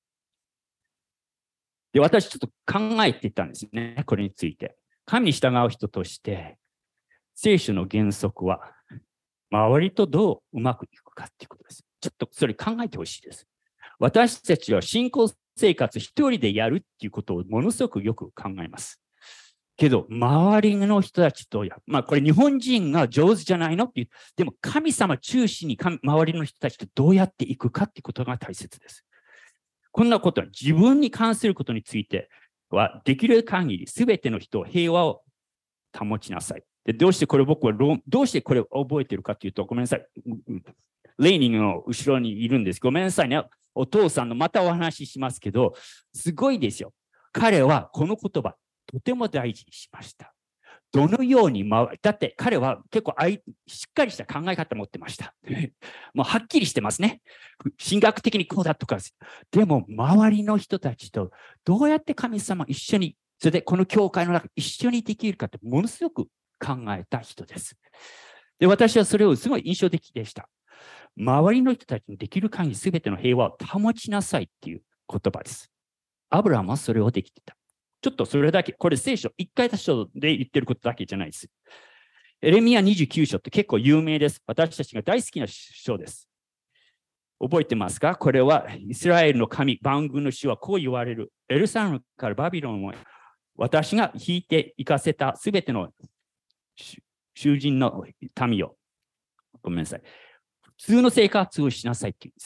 で、私ちょっと考えていたんですね。これについて。神に従う人として、聖書の原則は、周りとどううまくいくかっていうことです。ちょっとそれ考えてほしいです。私たちは信仰生活一人でやるっていうことをものすごくよく考えます。けど、周りの人たちとこれ日本人が上手じゃないのっていう。でも神様中心に周りの人たちとどうやっていくかっていうことが大切です。こんなことは自分に関することについてはできる限り全ての人を平和を保ちなさい。でどうしてこれ僕はどうしてこれを覚えているかというと、ごめんなさい。レーニングの後ろにいるんです。ごめんなさいね。お父さんのまたお話ししますけど、すごいですよ。彼はこの言葉、とても大事にしました。 どのようにだって彼は結構しっかりした考え方を持ってました。もうはっきりしてますね。神学的にこうだとか。でも周りの人たちとどうやって神様一緒に、それでこの教会の中一緒にできるかってものすごく考えた人です。で、私はそれをすごい印象的でした。周りの人たちにできる限り全ての平和を保ちなさいっていう言葉です。アブラハムはそれをできてた。ちょっとそれだけ、これ聖書、1回箇所で言ってることだけじゃないです。エレミヤ29章って結構有名です。私たちが大好きな章です。覚えてますか？これはイスラエルの神、万軍の主はこう言われる。エルサレムからバビロンを私が引いて行かせたすべての囚人の民を、ごめんなさい。普通の生活をしなさいって言うんです。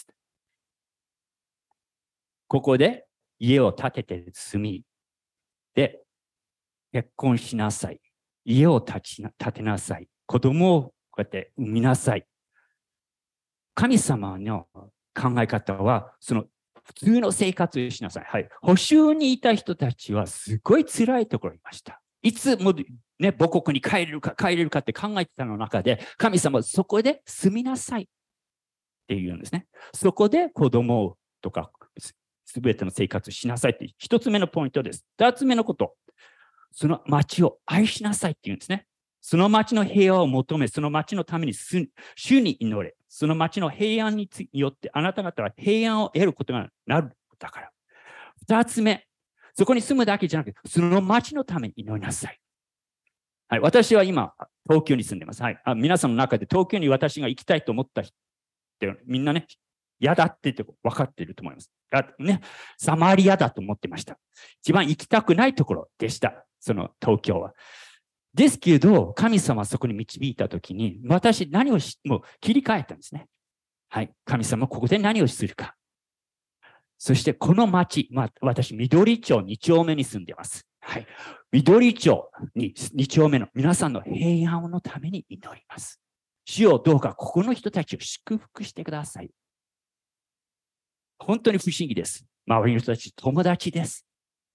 ここで家を建てて住み、で、結婚しなさい。家を建てなさい。子供をこうやって産みなさい。神様の考え方は、その普通の生活をしなさい。はい。捕囚にいた人たちはすごい辛いところにいました。いつもね、母国に帰れるかって考えてたの中で、神様はそこで住みなさいって言うんですね。そこで子供とか、すべての生活をしなさいって一つ目のポイントです。二つ目のこと、その町を愛しなさいって言うんですね。その町の平和を求め、その町のために主に祈れ。その町の平安によってあなた方は平安を得ることがなるだから。二つ目、そこに住むだけじゃなくて、その町のために祈りなさい。はい、私は今、東京に住んでます。はい、皆さんの中で東京に私が行きたいと思った人ってみんなね、嫌だって分かっていると思います。ね、サマリアだと思ってました。一番行きたくないところでした。その東京は。ですけど、神様はそこに導いたときに、私何をもう切り替えたんですね。はい。神様、ここで何をするか。そしてこの町、私、緑町2丁目に住んでいます。はい。緑町に2丁目の皆さんの平安のために祈ります。主よ、どうかここの人たちを祝福してください。本当に不思議です。周りの人たち、友達です。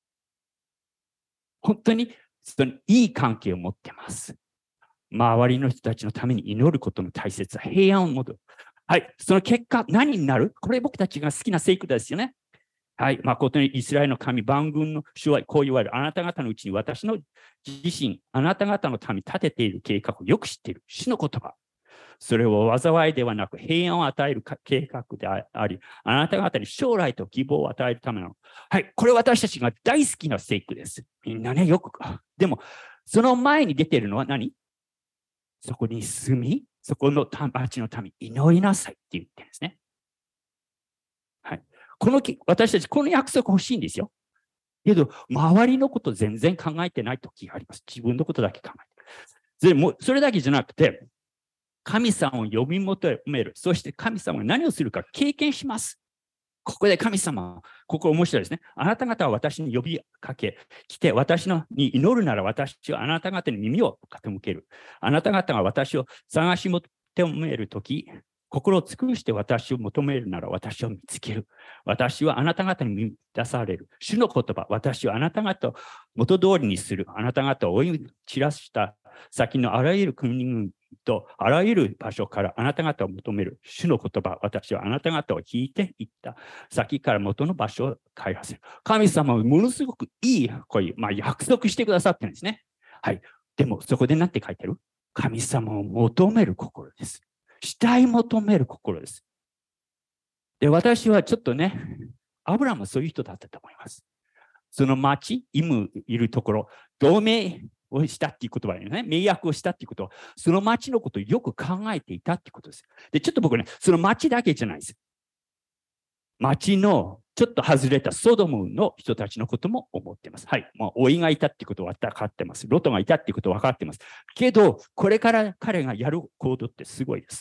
本当にいい関係を持っています。周りの人たちのために祈ることの大切さ、平安を持つ。はい、その結果、何になる？これ僕たちが好きな聖句ですよね。はい、誠にイスラエルの神、万軍の主はこう言われる。あなた方のうちに私の自身、あなた方のために立てている計画をよく知っている。主の言葉。それを災いではなく平安を与える計画であり、あなた方に将来と希望を与えるためなの。はい、これ私たちが大好きな聖句です。みんなね、よく。でも、その前に出ているのは何？そこに住み、そこの町のために祈りなさいって言ってるんですね。はい。私たち、この約束欲しいんですよ。けど、周りのこと全然考えてない時があります。自分のことだけ考えて。でも、それだけじゃなくて、神様を呼び求める。そして神様が何をするか経験します。ここで神様、ここ面白いですね。あなた方は私に呼びかけ、来て私に祈るなら私はあなた方に耳を傾ける。あなた方が私を探し求めるとき、心を尽くして私を求めるなら私を見つける。私はあなた方に見出される。主の言葉、私はあなた方を元通りにする。あなた方を追い散らした先のあらゆる国々とあらゆる場所からあなた方を求める。主の言葉、私はあなた方を引いていった先から元の場所を帰らせる。神様はものすごくいい、こういう、約束してくださってるんですね。はい。でもそこで何て書いてる？神様を求める心です。慕い求める心です。で、私はちょっとね、アブラハムはそういう人だったと思います。その町、今いるところ、同盟をしたっていう言葉ね、盟約をしたっていうことは、その町のことをよく考えていたっていうことです。で、ちょっと僕ね、その町だけじゃないです。町のちょっと外れたソドムの人たちのことも思っています。はい。老いがいたっていうことは分かってます。ロトがいたっていうことは分かってます。けど、これから彼がやる行動ってすごいです。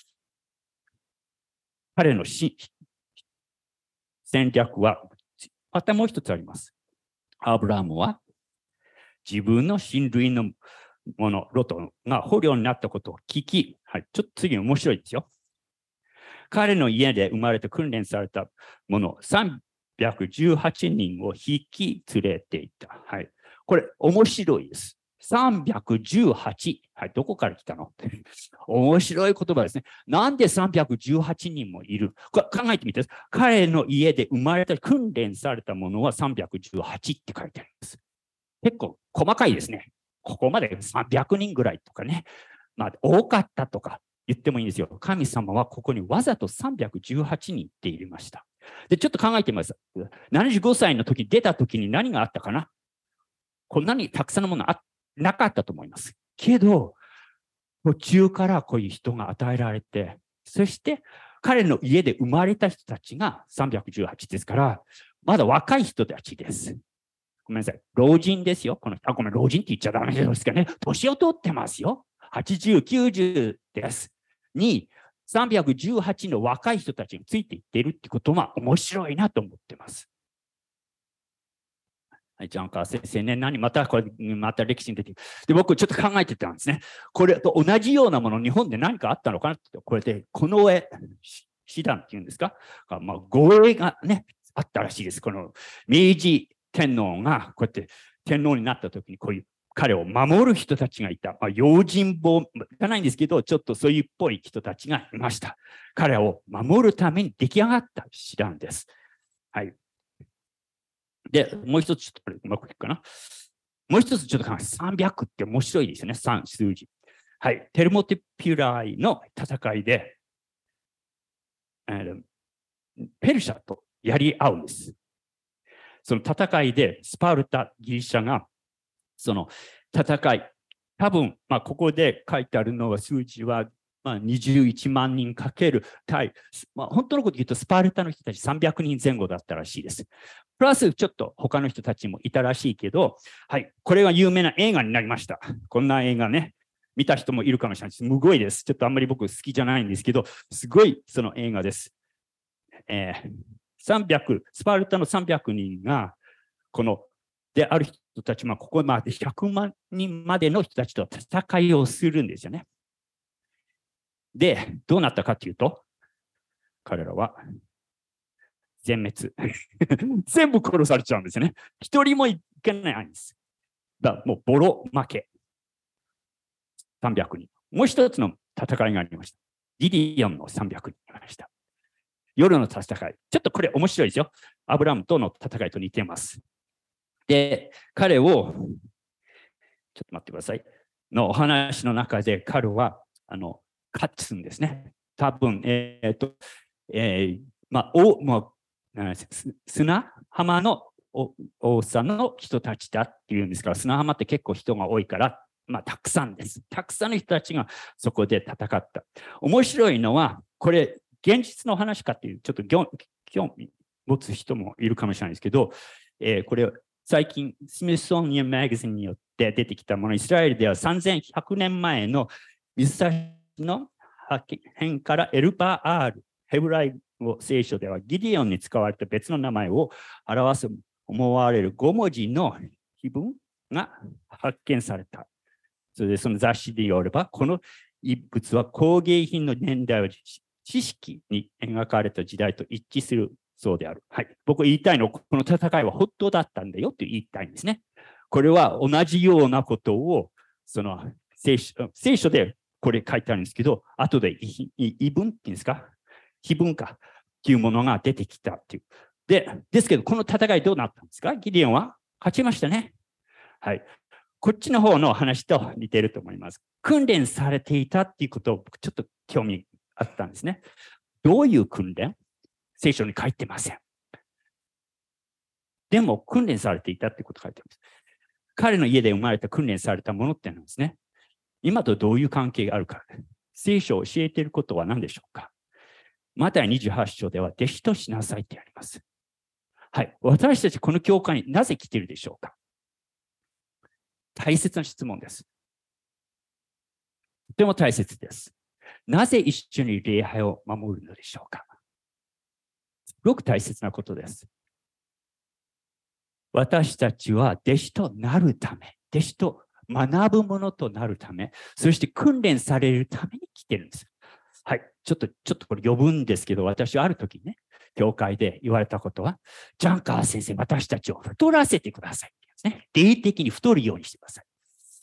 彼の戦略は、またもう一つあります。アブラハムは自分の親類の者、ロトが捕虜になったことを聞き、はい、ちょっと次面白いですよ。彼の家で生まれて訓練された者、318人を引き連れていった。はい。これ、面白いです。 318。はい、どこから来たの面白い言葉ですね。なんで318人もいる？これ考えてみて。彼の家で生まれた、訓練されたものは318って書いてあります。結構細かいですね。ここまで300人ぐらいとかね。まあ、多かったとか言ってもいいんですよ。神様はここにわざと318人って入れました。で、ちょっと考えてみます。75歳の時、出た時に何があったかな？こんなにたくさんのものなかったと思います。けど、途中からこういう人が与えられて、そして彼の家で生まれた人たちが318ですから、まだ若い人たちです。ごめんなさい。老人ですよ。ごめん、老人って言っちゃダメですかね。年を取ってますよ。80、90です。に、318の若い人たちがついていっているってことは面白いなと思ってます。はい、ジャンカー先生ね、また歴史に出てで、僕ちょっと考えてたんですね。これと同じようなもの、日本で何かあったのかなって、これで、この絵、師団っていうんですか、まあ、護衛がね、あったらしいです。この明治天皇がこうやって天皇になった時にこういう彼を守る人たちがいた。まあ、用心棒じゃないんですけど、ちょっとそういうっぽい人たちがいました。彼を守るために出来上がった師団です。はい。で、もう一つ、ちょっとうまくいくかな。もう一つちょっと考えます。300って面白いですよね。3数字。はい。テルモテピュライの戦いで、ペルシャとやり合うんです。その戦いでスパルタ、ギリシャが、その戦い、多分、まあ、ここで書いてあるのは数字は、まあ、21万人かける対、まあ、本当のこと言うとスパルタの人たち300人前後だったらしいです。プラスちょっと他の人たちもいたらしいけど、はい、これが有名な映画になりました。こんな映画ね、見た人もいるかもしれないです。すごいです。ちょっとあんまり僕好きじゃないんですけど、すごいその映画です。スパルタの300人が、である人たち、ここまで100万人までの人たちと戦いをするんですよね。で、どうなったかというと、彼らは全滅。全部殺されちゃうんですよね。一人もいけないんです。もうボロ負け。300人。もう一つの戦いがありました。ギディオンの300人いました。夜の戦い。ちょっとこれ面白いですよ。アブラムとの戦いと似ています。で、彼を、ちょっと待ってください。のお話の中で彼は、勝つんですね。多分、砂浜の王さんの人たちだっていうんですから、砂浜って結構人が多いから、たくさんです。たくさんの人たちがそこで戦った。面白いのは、これ、現実の話かっていう、ちょっと興味持つ人もいるかもしれないですけど、これ、最近、スミソニアンマガジンによって出てきたもの、イスラエルでは3100年前の水差しの発見からエルパー R、ヘブライ語聖書ではギディオンに使われた別の名前を表す思われる5文字の碑文が発見された。それでその雑誌でよれば、この遺物は工芸品の年代を知識に描かれた時代と一致するそうである。はい。僕言いたいのは、この戦いは本当だったんだよって言いたいんですね。これは同じようなことを、その聖書でこれ書いてあるんですけど、後で遺文っていうんですか、碑文かっていうものが出てきたっていう。ですけど、この戦いどうなったんですか？ギデオンは勝ちましたね。はい。こっちの方の話と似ていると思います。訓練されていたっていうことを僕ちょっと興味あったんですね。どういう訓練？聖書に書いてません。でも訓練されていたってこと書いてます。彼の家で生まれた訓練されたものってなんですね。今とどういう関係があるか。聖書を教えていることは何でしょうか。マタイ28章では弟子としなさいってあります。はい。私たちこの教会になぜ来ているでしょうか。大切な質問です。とても大切です。なぜ一緒に礼拝を守るのでしょうか。すごく大切なことです。私たちは弟子となるため、弟子と学ぶものとなるため、そして訓練されるために来てるんです。はい。ちょっとこれ呼ぶんですけど、私はある時にね、教会で言われたことは、ジャンカー先生、私たちを太らせてくださいって言うんですね。霊的に太るようにしてください。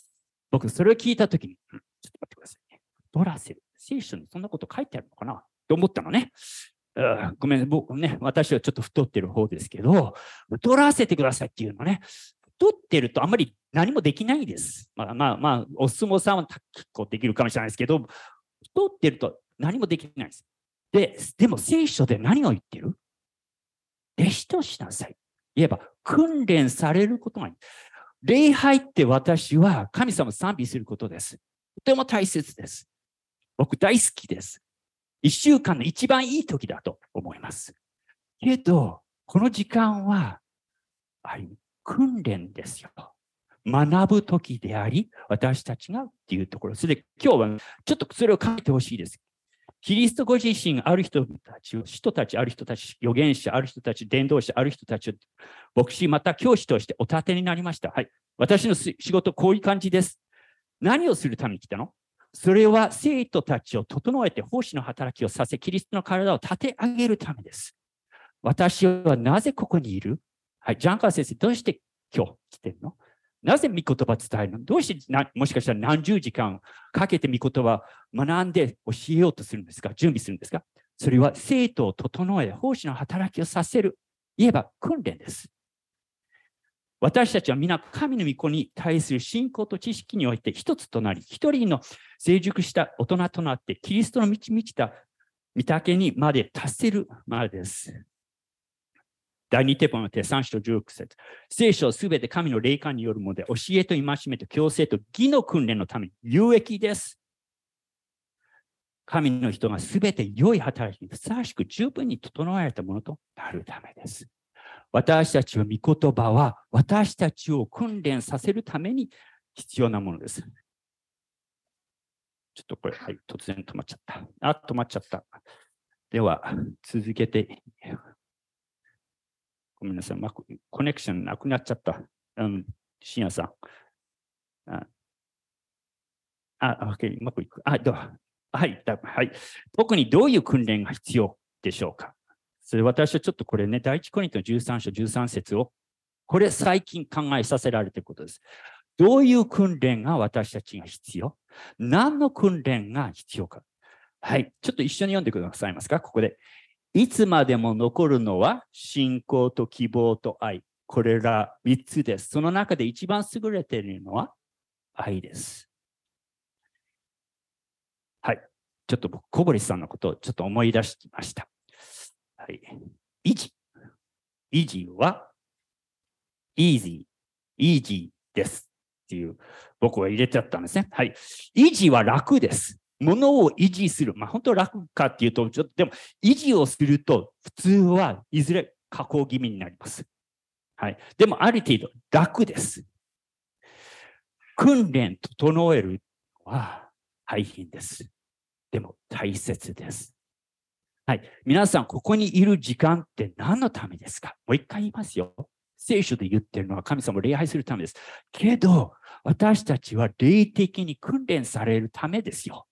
僕、それを聞いたときに、ちょっと待ってくださいね。太らせる。聖書にそんなこと書いてあるのかなと思ったのね。ごめん、僕ね、私はちょっと太ってる方ですけど、太らせてくださいっていうのね。太ってるとあんまり何もできないです。まあ、お相撲さんは結構できるかもしれないですけど、太ってると何もできないです。でも聖書で何を言ってる？弟子としなさい。言えば、訓練されることがいい。礼拝って私は神様を賛美することです。とても大切です。僕大好きです。一週間の一番いい時だと思います。けど、この時間は、訓練ですよ。学ぶ時であり、私たちがっていうところ。それで今日はちょっとそれを書いてほしいです。キリストご自身ある人たち、ある人たち、預言者、ある人たち、伝道者、ある人たち、牧師、また教師としてお立てになりました。はい。私の仕事、こういう感じです。何をするために来たの？それは生徒たちを整えて奉仕の働きをさせ、キリストの体を立て上げるためです。私はなぜここにいる？はい。ジャンカー先生、どうして今日来てるの？なぜ御言葉伝えるの？どうしてもしかしたら何十時間かけて御言葉学んで教えようとするんですか？準備するんですか？それは生徒を整え、奉仕の働きをさせる。言えば訓練です。私たちは皆神の御子に対する信仰と知識において一つとなり、一人の成熟した大人となって、キリストの満ちた御丈にまで達せるまでです。第2テモテ3章16節。聖書すべて神の霊感によるもので、教えと戒めと強制と義の訓練のために有益です。神の人がすべて良い働きにふさわしく十分に整えられたものとなるためです。私たちは御言葉は私たちを訓練させるために必要なものです。ちょっとこれ、はい、突然止まっちゃった。止まっちゃった。では、続けて。ごめんなさい、コネクションなくなっちゃった。深夜さん。OK、うまくいく。では、はい。特にどういう訓練が必要でしょうか？それ私はちょっとこれね、第一コリント13章13節を、これ最近考えさせられていることです。どういう訓練が私たちが必要？何の訓練が必要か？はい。ちょっと一緒に読んでくださいますか？ここで。いつまでも残るのは信仰と希望と愛。これら3つです。その中で一番優れているのは愛です。はい。ちょっと僕、小堀さんのことをちょっと思い出してきました。はい。維持は easy ですっていう僕は入れちゃったんですね。はい。維持は楽です。物を維持する。本当楽かっていうと、ちょっとでも維持をすると普通はいずれ下降気味になります。はい。でもある程度楽です。訓練整えるのは大変です。でも大切です。はい。皆さん、ここにいる時間って何のためですか？もう一回言いますよ。聖書で言ってるのは神様を礼拝するためです。けど、私たちは霊的に訓練されるためですよ。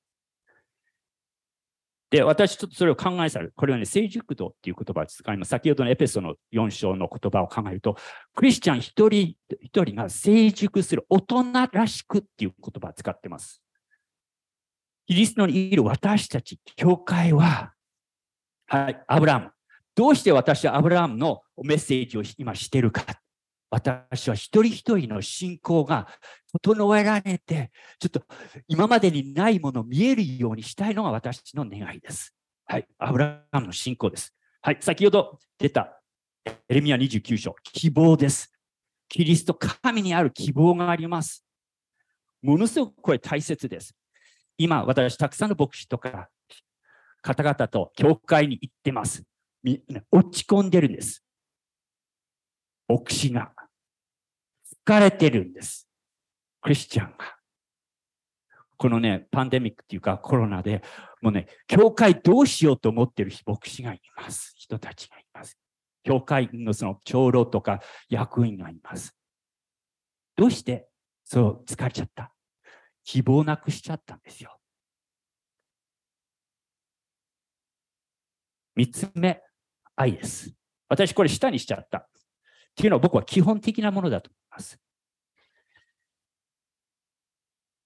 で、私ちょっとそれを考えされる。これはね、成熟度っていう言葉を使います。先ほどのエペソの4章の言葉を考えると、クリスチャン一人一人が成熟する、大人らしくっていう言葉を使ってます。キリストにいる私たち、教会は、はい、アブラハム。どうして私はアブラハムのメッセージを今しているか。私は一人一人の信仰が整えられて、ちょっと今までにないものを見えるようにしたいのが私の願いです。はい、アブラハムの信仰です。はい、先ほど出たエレミヤ29章、希望です。キリスト、神にある希望があります。ものすごくこれ大切です。今、私、たくさんの牧師とか方々と教会に行ってます。落ち込んでるんです。牧師が疲れてるんです。クリスチャンが。このね、パンデミックっていうかコロナで、もうね、教会どうしようと思ってる牧師がいます。人たちがいます。教会のその長老とか役員がいます。どうしてそう疲れちゃった？希望なくしちゃったんですよ。3つ目、愛です。私これ下にしちゃった。っていうのは僕は基本的なものだと思います。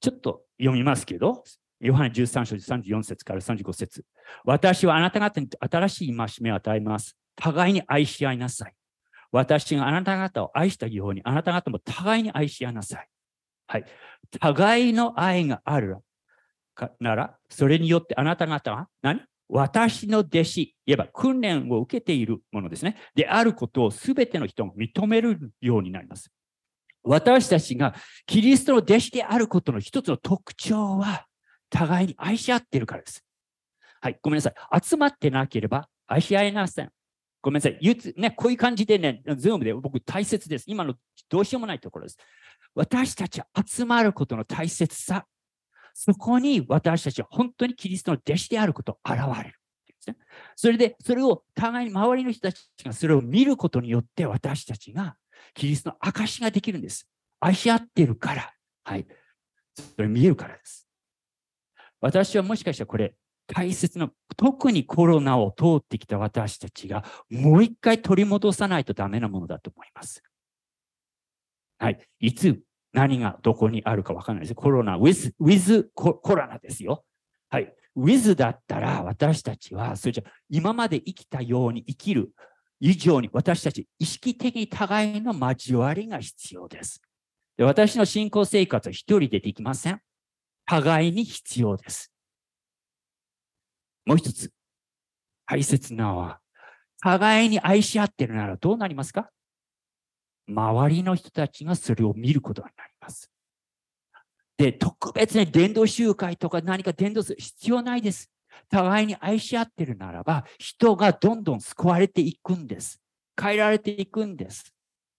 ちょっと読みますけど、ヨハネ13章34節から35節。私はあなた方に新しい戒めを与えます。互いに愛し合いなさい。私があなた方を愛したように、あなた方も互いに愛し合いなさい。はい。互いの愛があるなら、それによってあなた方は私の弟子、いわば訓練を受けているものですね。であることをすべての人が認めるようになります。私たちがキリストの弟子であることの一つの特徴は、互いに愛し合っているからです。はい、ごめんなさい。集まってなければ愛し合えません。ごめんなさい。こういう感じでね、ズームで僕大切です。今のどうしようもないところです。私たちは集まることの大切さ、そこに私たちは本当にキリストの弟子であることを現れる。ですね。それで、それを互いに周りの人たちがそれを見ることによって私たちがキリストの証ができるんです。愛し合っているから。はい。それ見えるからです。私はもしかしたらこれ大切な、特にコロナを通ってきた私たちがもう一回取り戻さないとダメなものだと思います。はい。いつ何がどこにあるか分からないです。コロナ、with コロナですよ。はい。with だったら私たちは、それじゃ今まで生きたように生きる以上に私たち意識的に互いの交わりが必要です。で、私の信仰生活は一人でできません。互いに必要です。もう一つ、大切なのは、互いに愛し合っているならどうなりますか？周りの人たちがそれを見ることになります。で、特別に伝道集会とか何か伝道する必要ないです。互いに愛し合っているならば、人がどんどん救われていくんです。変えられていくんです。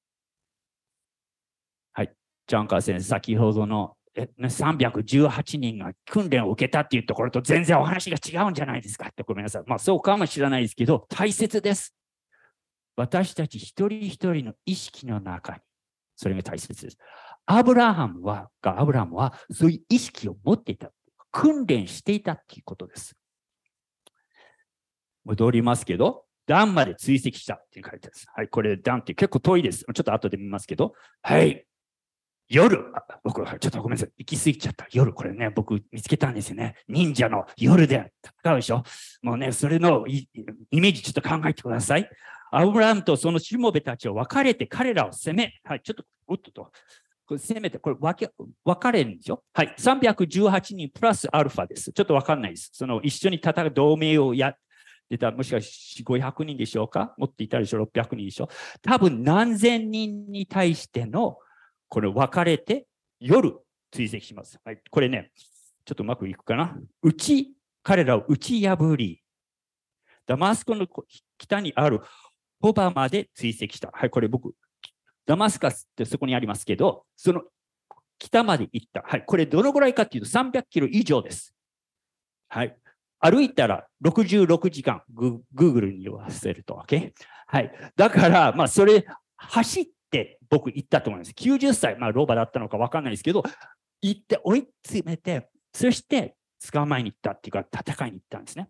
はい。ジャンカー先生、先ほどの318人が訓練を受けたっていうところと全然お話が違うんじゃないですかって、ごめんなさい。まあそうかもしれないですけど、大切です。私たち一人一人の意識の中に、それが大切です。アブラハムはそういう意識を持っていた。訓練していたっていうことです。戻りますけど、ダンまで追跡したって書いてあるんです。はい、これダンって結構遠いです。ちょっと後で見ますけど、はい。夜、僕はちょっとごめんなさい。行き過ぎちゃった。夜、これね、僕見つけたんですよね。忍者の夜で戦うでしょ。もうね、それのイメージちょっと考えてください。アブラハムとそのしもべたちを分かれて彼らを攻め、はい、ちょっと、これ攻めて、これ分かれるんですよ。はい、318人プラスアルファです。ちょっと分かんないです。その一緒に戦う同盟をやってた、もしかして500人でしょうか？持っていたでしょう？ 600 人でしょう？多分何千人に対してのこれ分かれて夜追跡します。はい、これね、ちょっとうまくいくかな。彼らを打ち破り、ダマスコの北にあるホバまで追跡した。はい、これ僕、ダマスカスってそこにありますけど、その北まで行った。はい、これどのぐらいかっていうと300キロ以上です。はい、歩いたら66時間、Google に言わせると。OK？ はい、だから、まあ、それ走って僕行ったと思います。90歳、まあ、老婆だったのか分かんないですけど、行って追い詰めて、そして捕まえに行ったっていうか、戦いに行ったんですね。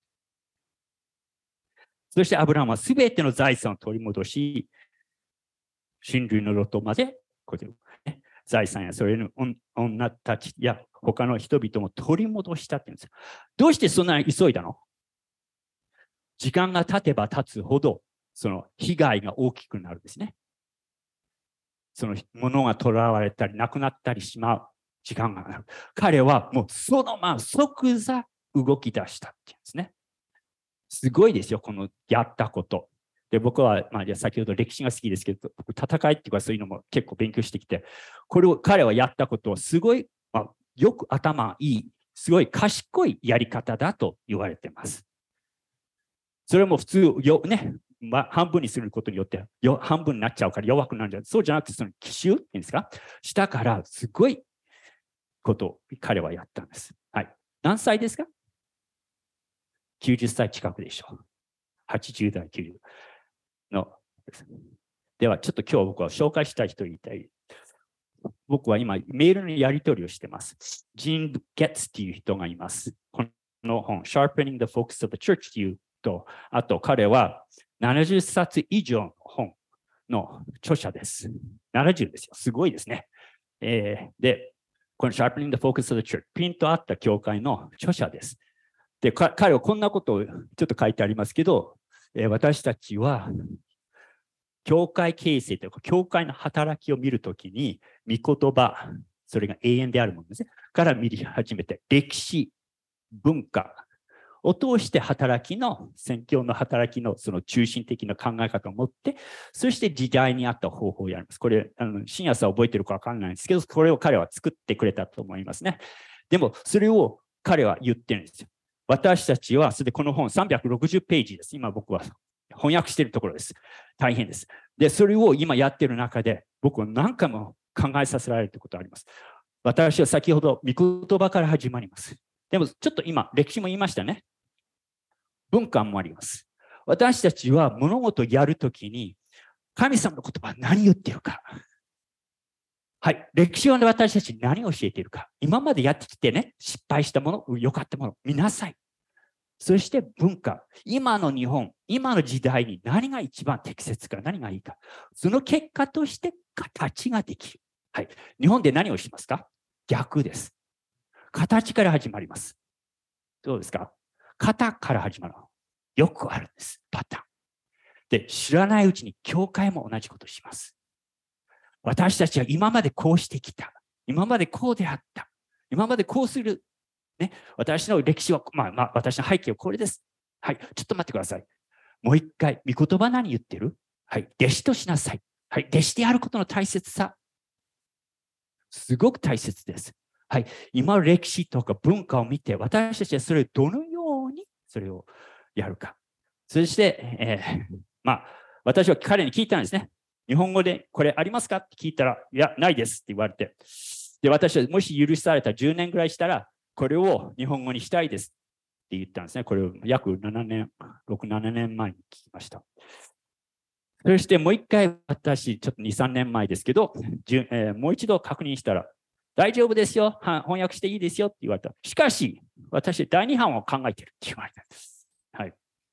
そしてアブラハムはすべての財産を取り戻し、親類のロトまで、こういうね、財産やそれの女たちや他の人々も取り戻したって言うんですよ。どうしてそんなに急いだの？時間が経てば経つほど、その被害が大きくなるんですね。その物が取られたり、なくなったりしまう時間がある。彼はもうそのまま即座動き出したっていうんですね。すごいですよ、このやったこと。で、僕は、まあ、先ほど歴史が好きですけど、僕戦いっていうかそういうのも結構勉強してきて、これを彼はやったことをすごい、まあ、よく頭いい、すごい賢いやり方だと言われています。それも普通ね、まあ、半分にすることによって半分になっちゃうから弱くなるんじゃない。そうじゃなくて、その奇襲っていうんですか、したからすごいことを彼はやったんです。はい。何歳ですか？90歳近くでしょう。80代、90の。では、ちょっと今日僕は紹介したい人言いたい。僕は今、メールのやり取りをしています。ジン・ゲッツっていう人がいます。この本、Sharpening the Focus of the Church っていうと、あと彼は70冊以上の本の著者です。70ですよ。すごいですね。で、 この Sharpening the Focus of the Church、ピンとあった教会の著者です。で、彼はこんなことをちょっと書いてありますけど、私たちは教会形成というか、教会の働きを見るときに、御言葉、それが永遠であるものですね。から見始めて、歴史、文化を通して働きの、宣教の働きのその中心的な考え方を持って、そして時代に合った方法をやります。これ、新約は覚えてるかわからないんですけど、これを彼は作ってくれたと思いますね。でも、それを彼は言ってるんですよ。私たちは、それでこの本360ページです。今僕は翻訳しているところです。大変です。で、それを今やっている中で、僕は何回も考えさせられるということがあります。私は先ほど、御言葉から始まります。でも、ちょっと今、歴史も言いましたね。文化もあります。私たちは物事をやるときに、神様の言葉は何言っているか。はい。歴史は私たちに何を教えているか。今までやってきてね、失敗したもの、良かったもの、見なさい。そして文化。今の日本、今の時代に何が一番適切か、何がいいか。その結果として形ができる。はい。日本で何をしますか？逆です。形から始まります。どうですか？型から始まる。よくあるんです。パターン。で、知らないうちに教会も同じことをします。私たちは今までこうしてきた。今までこうであった。今までこうする。ね、私の歴史は、私の背景はこれです。はい、ちょっと待ってください。もう一回、御言葉何言ってる？はい、弟子としなさい。はい、弟子であることの大切さ。すごく大切です。はい、今の歴史とか文化を見て、私たちはそれをどのようにそれをやるか。そして、私は彼に聞いたんですね。日本語でこれありますかって聞いたら、いや、ないですって言われて。で、私はもし許されたら10年ぐらいしたら、これを日本語にしたいですって言ったんですね。これを約7年、6、7年前に聞きました。そしてもう一回私、ちょっと2、3年前ですけど、もう一度確認したら、大丈夫ですよ。翻訳していいですよって言われた。しかし、私、第2版を考えているって言われたんです。はい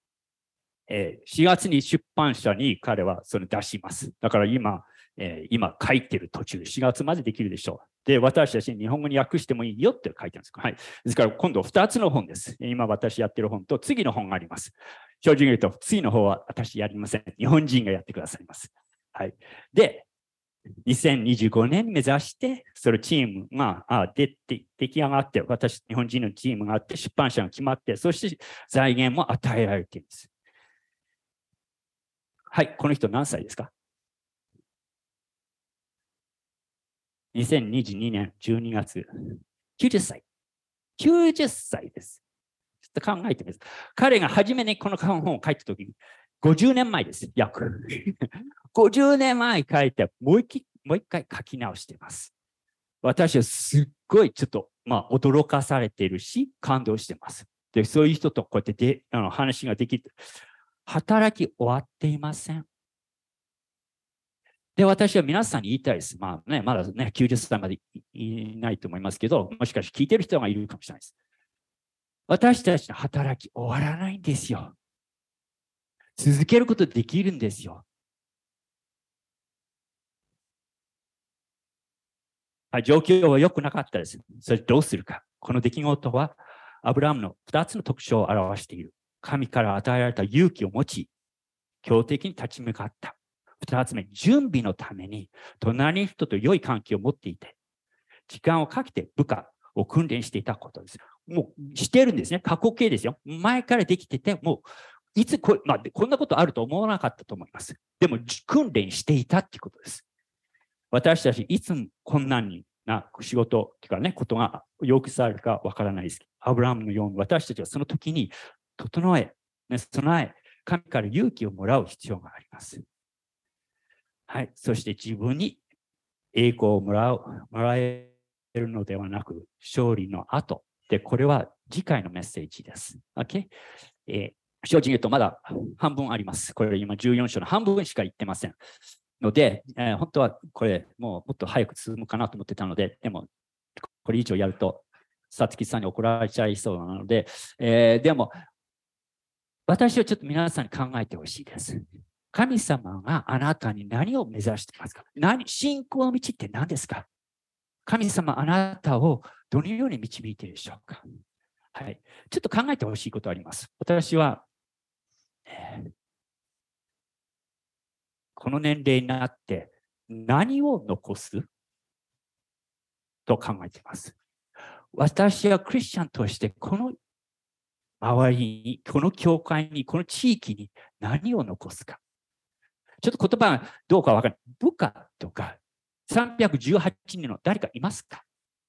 。4月に出版社に彼はそれ出します。だから今書いてる途中、4月までできるでしょう。で、私たちに日本語に訳してもいいよって書いてあるんです。はい。ですから今度2つの本です。今私やってる本と次の本があります。正直言うと、次の方は私やりません。日本人がやってくださいます。はい。で、2025年目指して、そのチームが出来上がって、日本人のチームがあって、出版社が決まって、そして財源も与えられているんです。はい、この人何歳ですか？ 2022 年12月。90歳。90歳です。ちょっと考えてみます。彼が初めにこの本を書いたときに、50年前です。約。50年前書いて、もう一回書き直しています。私はすっごいちょっと、驚かされているし、感動しています。で、そういう人とこうやって話ができる。働き終わっていません。で、私は皆さんに言いたいです。まだね、90歳までいないと思いますけど、もしかして聞いてる人がいるかもしれないです。私たちの働き終わらないんですよ。続けることできるんですよ。状況は良くなかったです。それどうするか。この出来事は、アブラハムの2つの特徴を表している。神から与えられた勇気を持ち、強敵に立ち向かった。2つ目、準備のために、隣の人と良い関係を持っていて、時間をかけて部下を訓練していたことです。もうしてるんですね。過去形ですよ。前からできてて、もういつこんなことあると思わなかったと思います。でも訓練していたっていうことです。私たちいつも困難な仕事というかね、ことが要求されるかわからないです。アブラハムのように私たちはその時に備え、備え、神から勇気をもらう必要があります。はい。そして自分に栄光をもらえるのではなく、勝利の後。で、これは次回のメッセージです。OK？正直言うとまだ半分あります。これ今14章の半分しか言ってません。ので、本当はこれもっと早く進むかなと思ってたので、でもこれ以上やると、さつきさんに怒られちゃいそうなので、でも私はちょっと皆さんに考えてほしいです。神様があなたに何を目指していますか？信仰の道って何ですか？ 神様、あなたをどのように導いているでしょうか。はい。ちょっと考えてほしいことあります。私は、この年齢になって何を残すと考えています。私はクリスチャンとしてこの周りに、この教会に、この地域に何を残すか。ちょっと言葉がどうかわからない。部下とか318人の誰かいますか？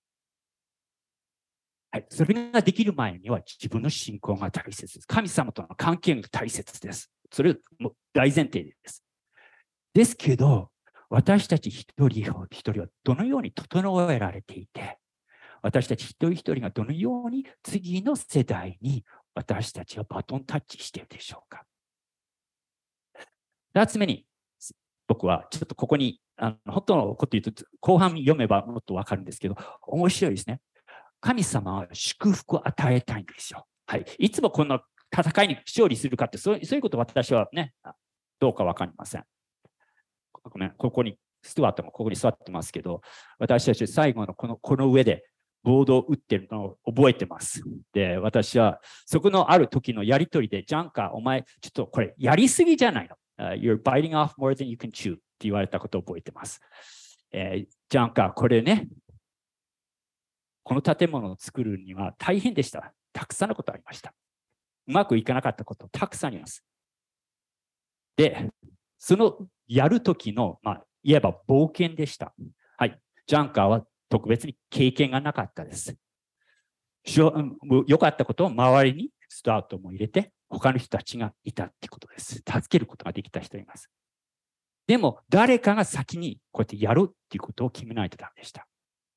はい、それができる前には自分の信仰が大切です。神様との関係が大切です。それも大前提です。ですけど、私たち一人一人はどのように整えられていて、私たち一人一人がどのように次の世代に私たちはバトンタッチしているでしょうか。2つ目に、僕はちょっとここに、本当のこと言うと、後半読めばもっとわかるんですけど、面白いですね。神様は祝福を与えたいんですよ。はい。いつもこの戦いに勝利するかって、そういうこと私はね、どうかわかりません。ごめん、ここに、ストゥワートもここに座ってますけど、私たち最後のこの上でボードを打ってるのを覚えてます。で、私はそこのある時のやりとりで、ジャンカー、お前、ちょっとこれやりすぎじゃないの。You're biting off more than you can chew って言われたことを覚えてます。ジャンカー、これね、この建物を作るには大変でした。たくさんのことありました。うまくいかなかったことたくさんあります。で、そのやるときの、いわば冒険でした。はい。ジャンカーは特別に経験がなかったです。良かったことを周りにスタートも入れて、他の人たちがいたってことです。助けることができた人います。でも、誰かが先にこうやってやるっていうことを決めないとダメでした。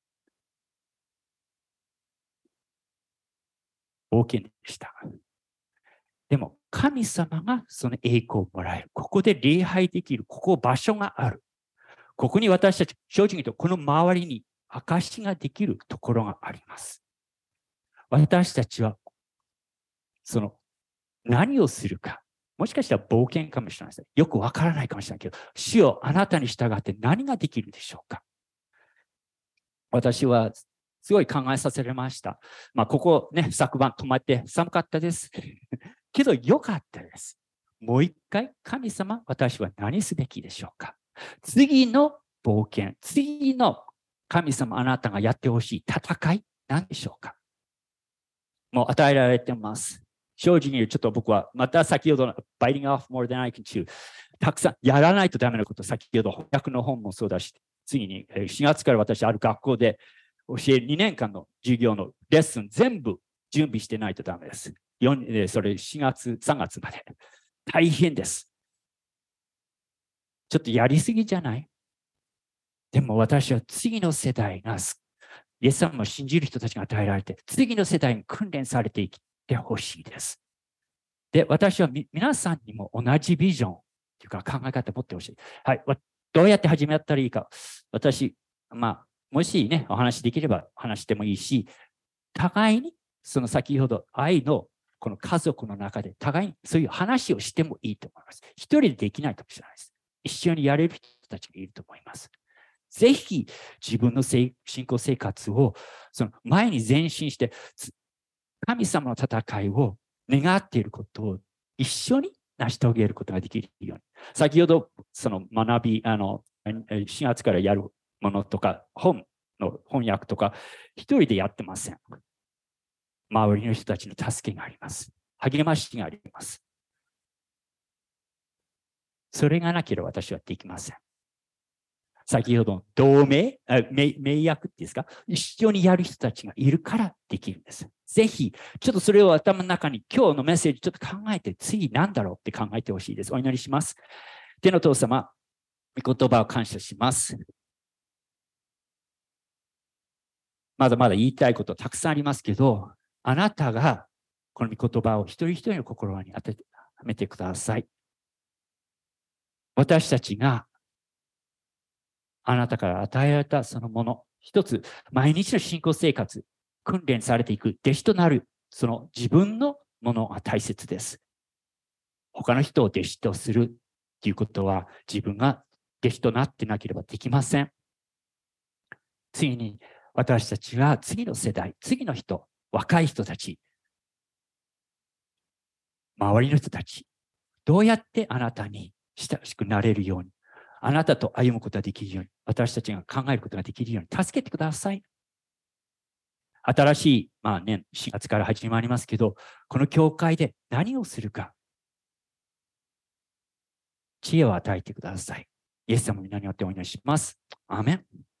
冒険でした。でも、神様がその栄光をもらえる。ここで礼拝できる。ここ場所がある。ここに私たち、正直言うと、この周りに証ができるところがあります。私たちは、その、何をするか。もしかしたら冒険かもしれません。よくわからないかもしれないけど、主よ、あなたに従って何ができるでしょうか。私は、すごい考えさせられました。ここね、昨晩泊まって寒かったです。けど良かったです。もう一回、神様、私は何すべきでしょうか。次の冒険、次の神様、あなたがやってほしい戦い、何でしょうか。もう与えられてます。正直に言う、ちょっと僕は、また先ほどの biting off more than I can chew、たくさんやらないとダメなこと、先ほど翻訳の本もそうだし、次に4月から私、ある学校で教える2年間の授業のレッスン全部準備してないとダメです。それ4月、3月まで。大変です。ちょっとやりすぎじゃない？でも私は次の世代が、イエス様を信じる人たちが与えられて、次の世代に訓練されていってほしいです。で、私は皆さんにも同じビジョンというか考え方を持ってほしい。はい。どうやって始めたらいいか。私、もしね、お話できれば話してもいいし、互いに、その先ほど愛のこの家族の中で互いにそういう話をしてもいいと思います。一人でできないかもしれないです。一緒にやれる人たちがいると思います。ぜひ自分の信仰生活をその前に前進して、神様の戦いを願っていることを一緒に成し遂げることができるように。先ほどその学び、4月からやるものとか、本の翻訳とか、一人でやってません。周りの人たちの助けがあります。励ましがあります。それがなければ私はできません。先ほどの同盟、盟約っていうんですか、一緒にやる人たちがいるからできるんです。ぜひ、ちょっとそれを頭の中に今日のメッセージちょっと考えて、次何だろうって考えてほしいです。お祈りします。天の父様、御言葉を感謝します。まだまだ言いたいことたくさんありますけど、あなたがこの御言葉を一人一人の心に当てはめてください。私たちがあなたから与えられたそのもの、一つ、毎日の信仰生活、訓練されていく弟子となる、その自分のものが大切です。他の人を弟子とするということは、自分が弟子となってなければできません。次に、 私たちは次の世代、次の人、若い人たち、周りの人たち、どうやってあなたに親しくなれるように、あなたと歩むことができるように、私たちが考えることができるように助けてください。新しい、4月から始まりますけど、この教会で何をするか、知恵を与えてください。イエス様の皆によってお祈りします。アーメン。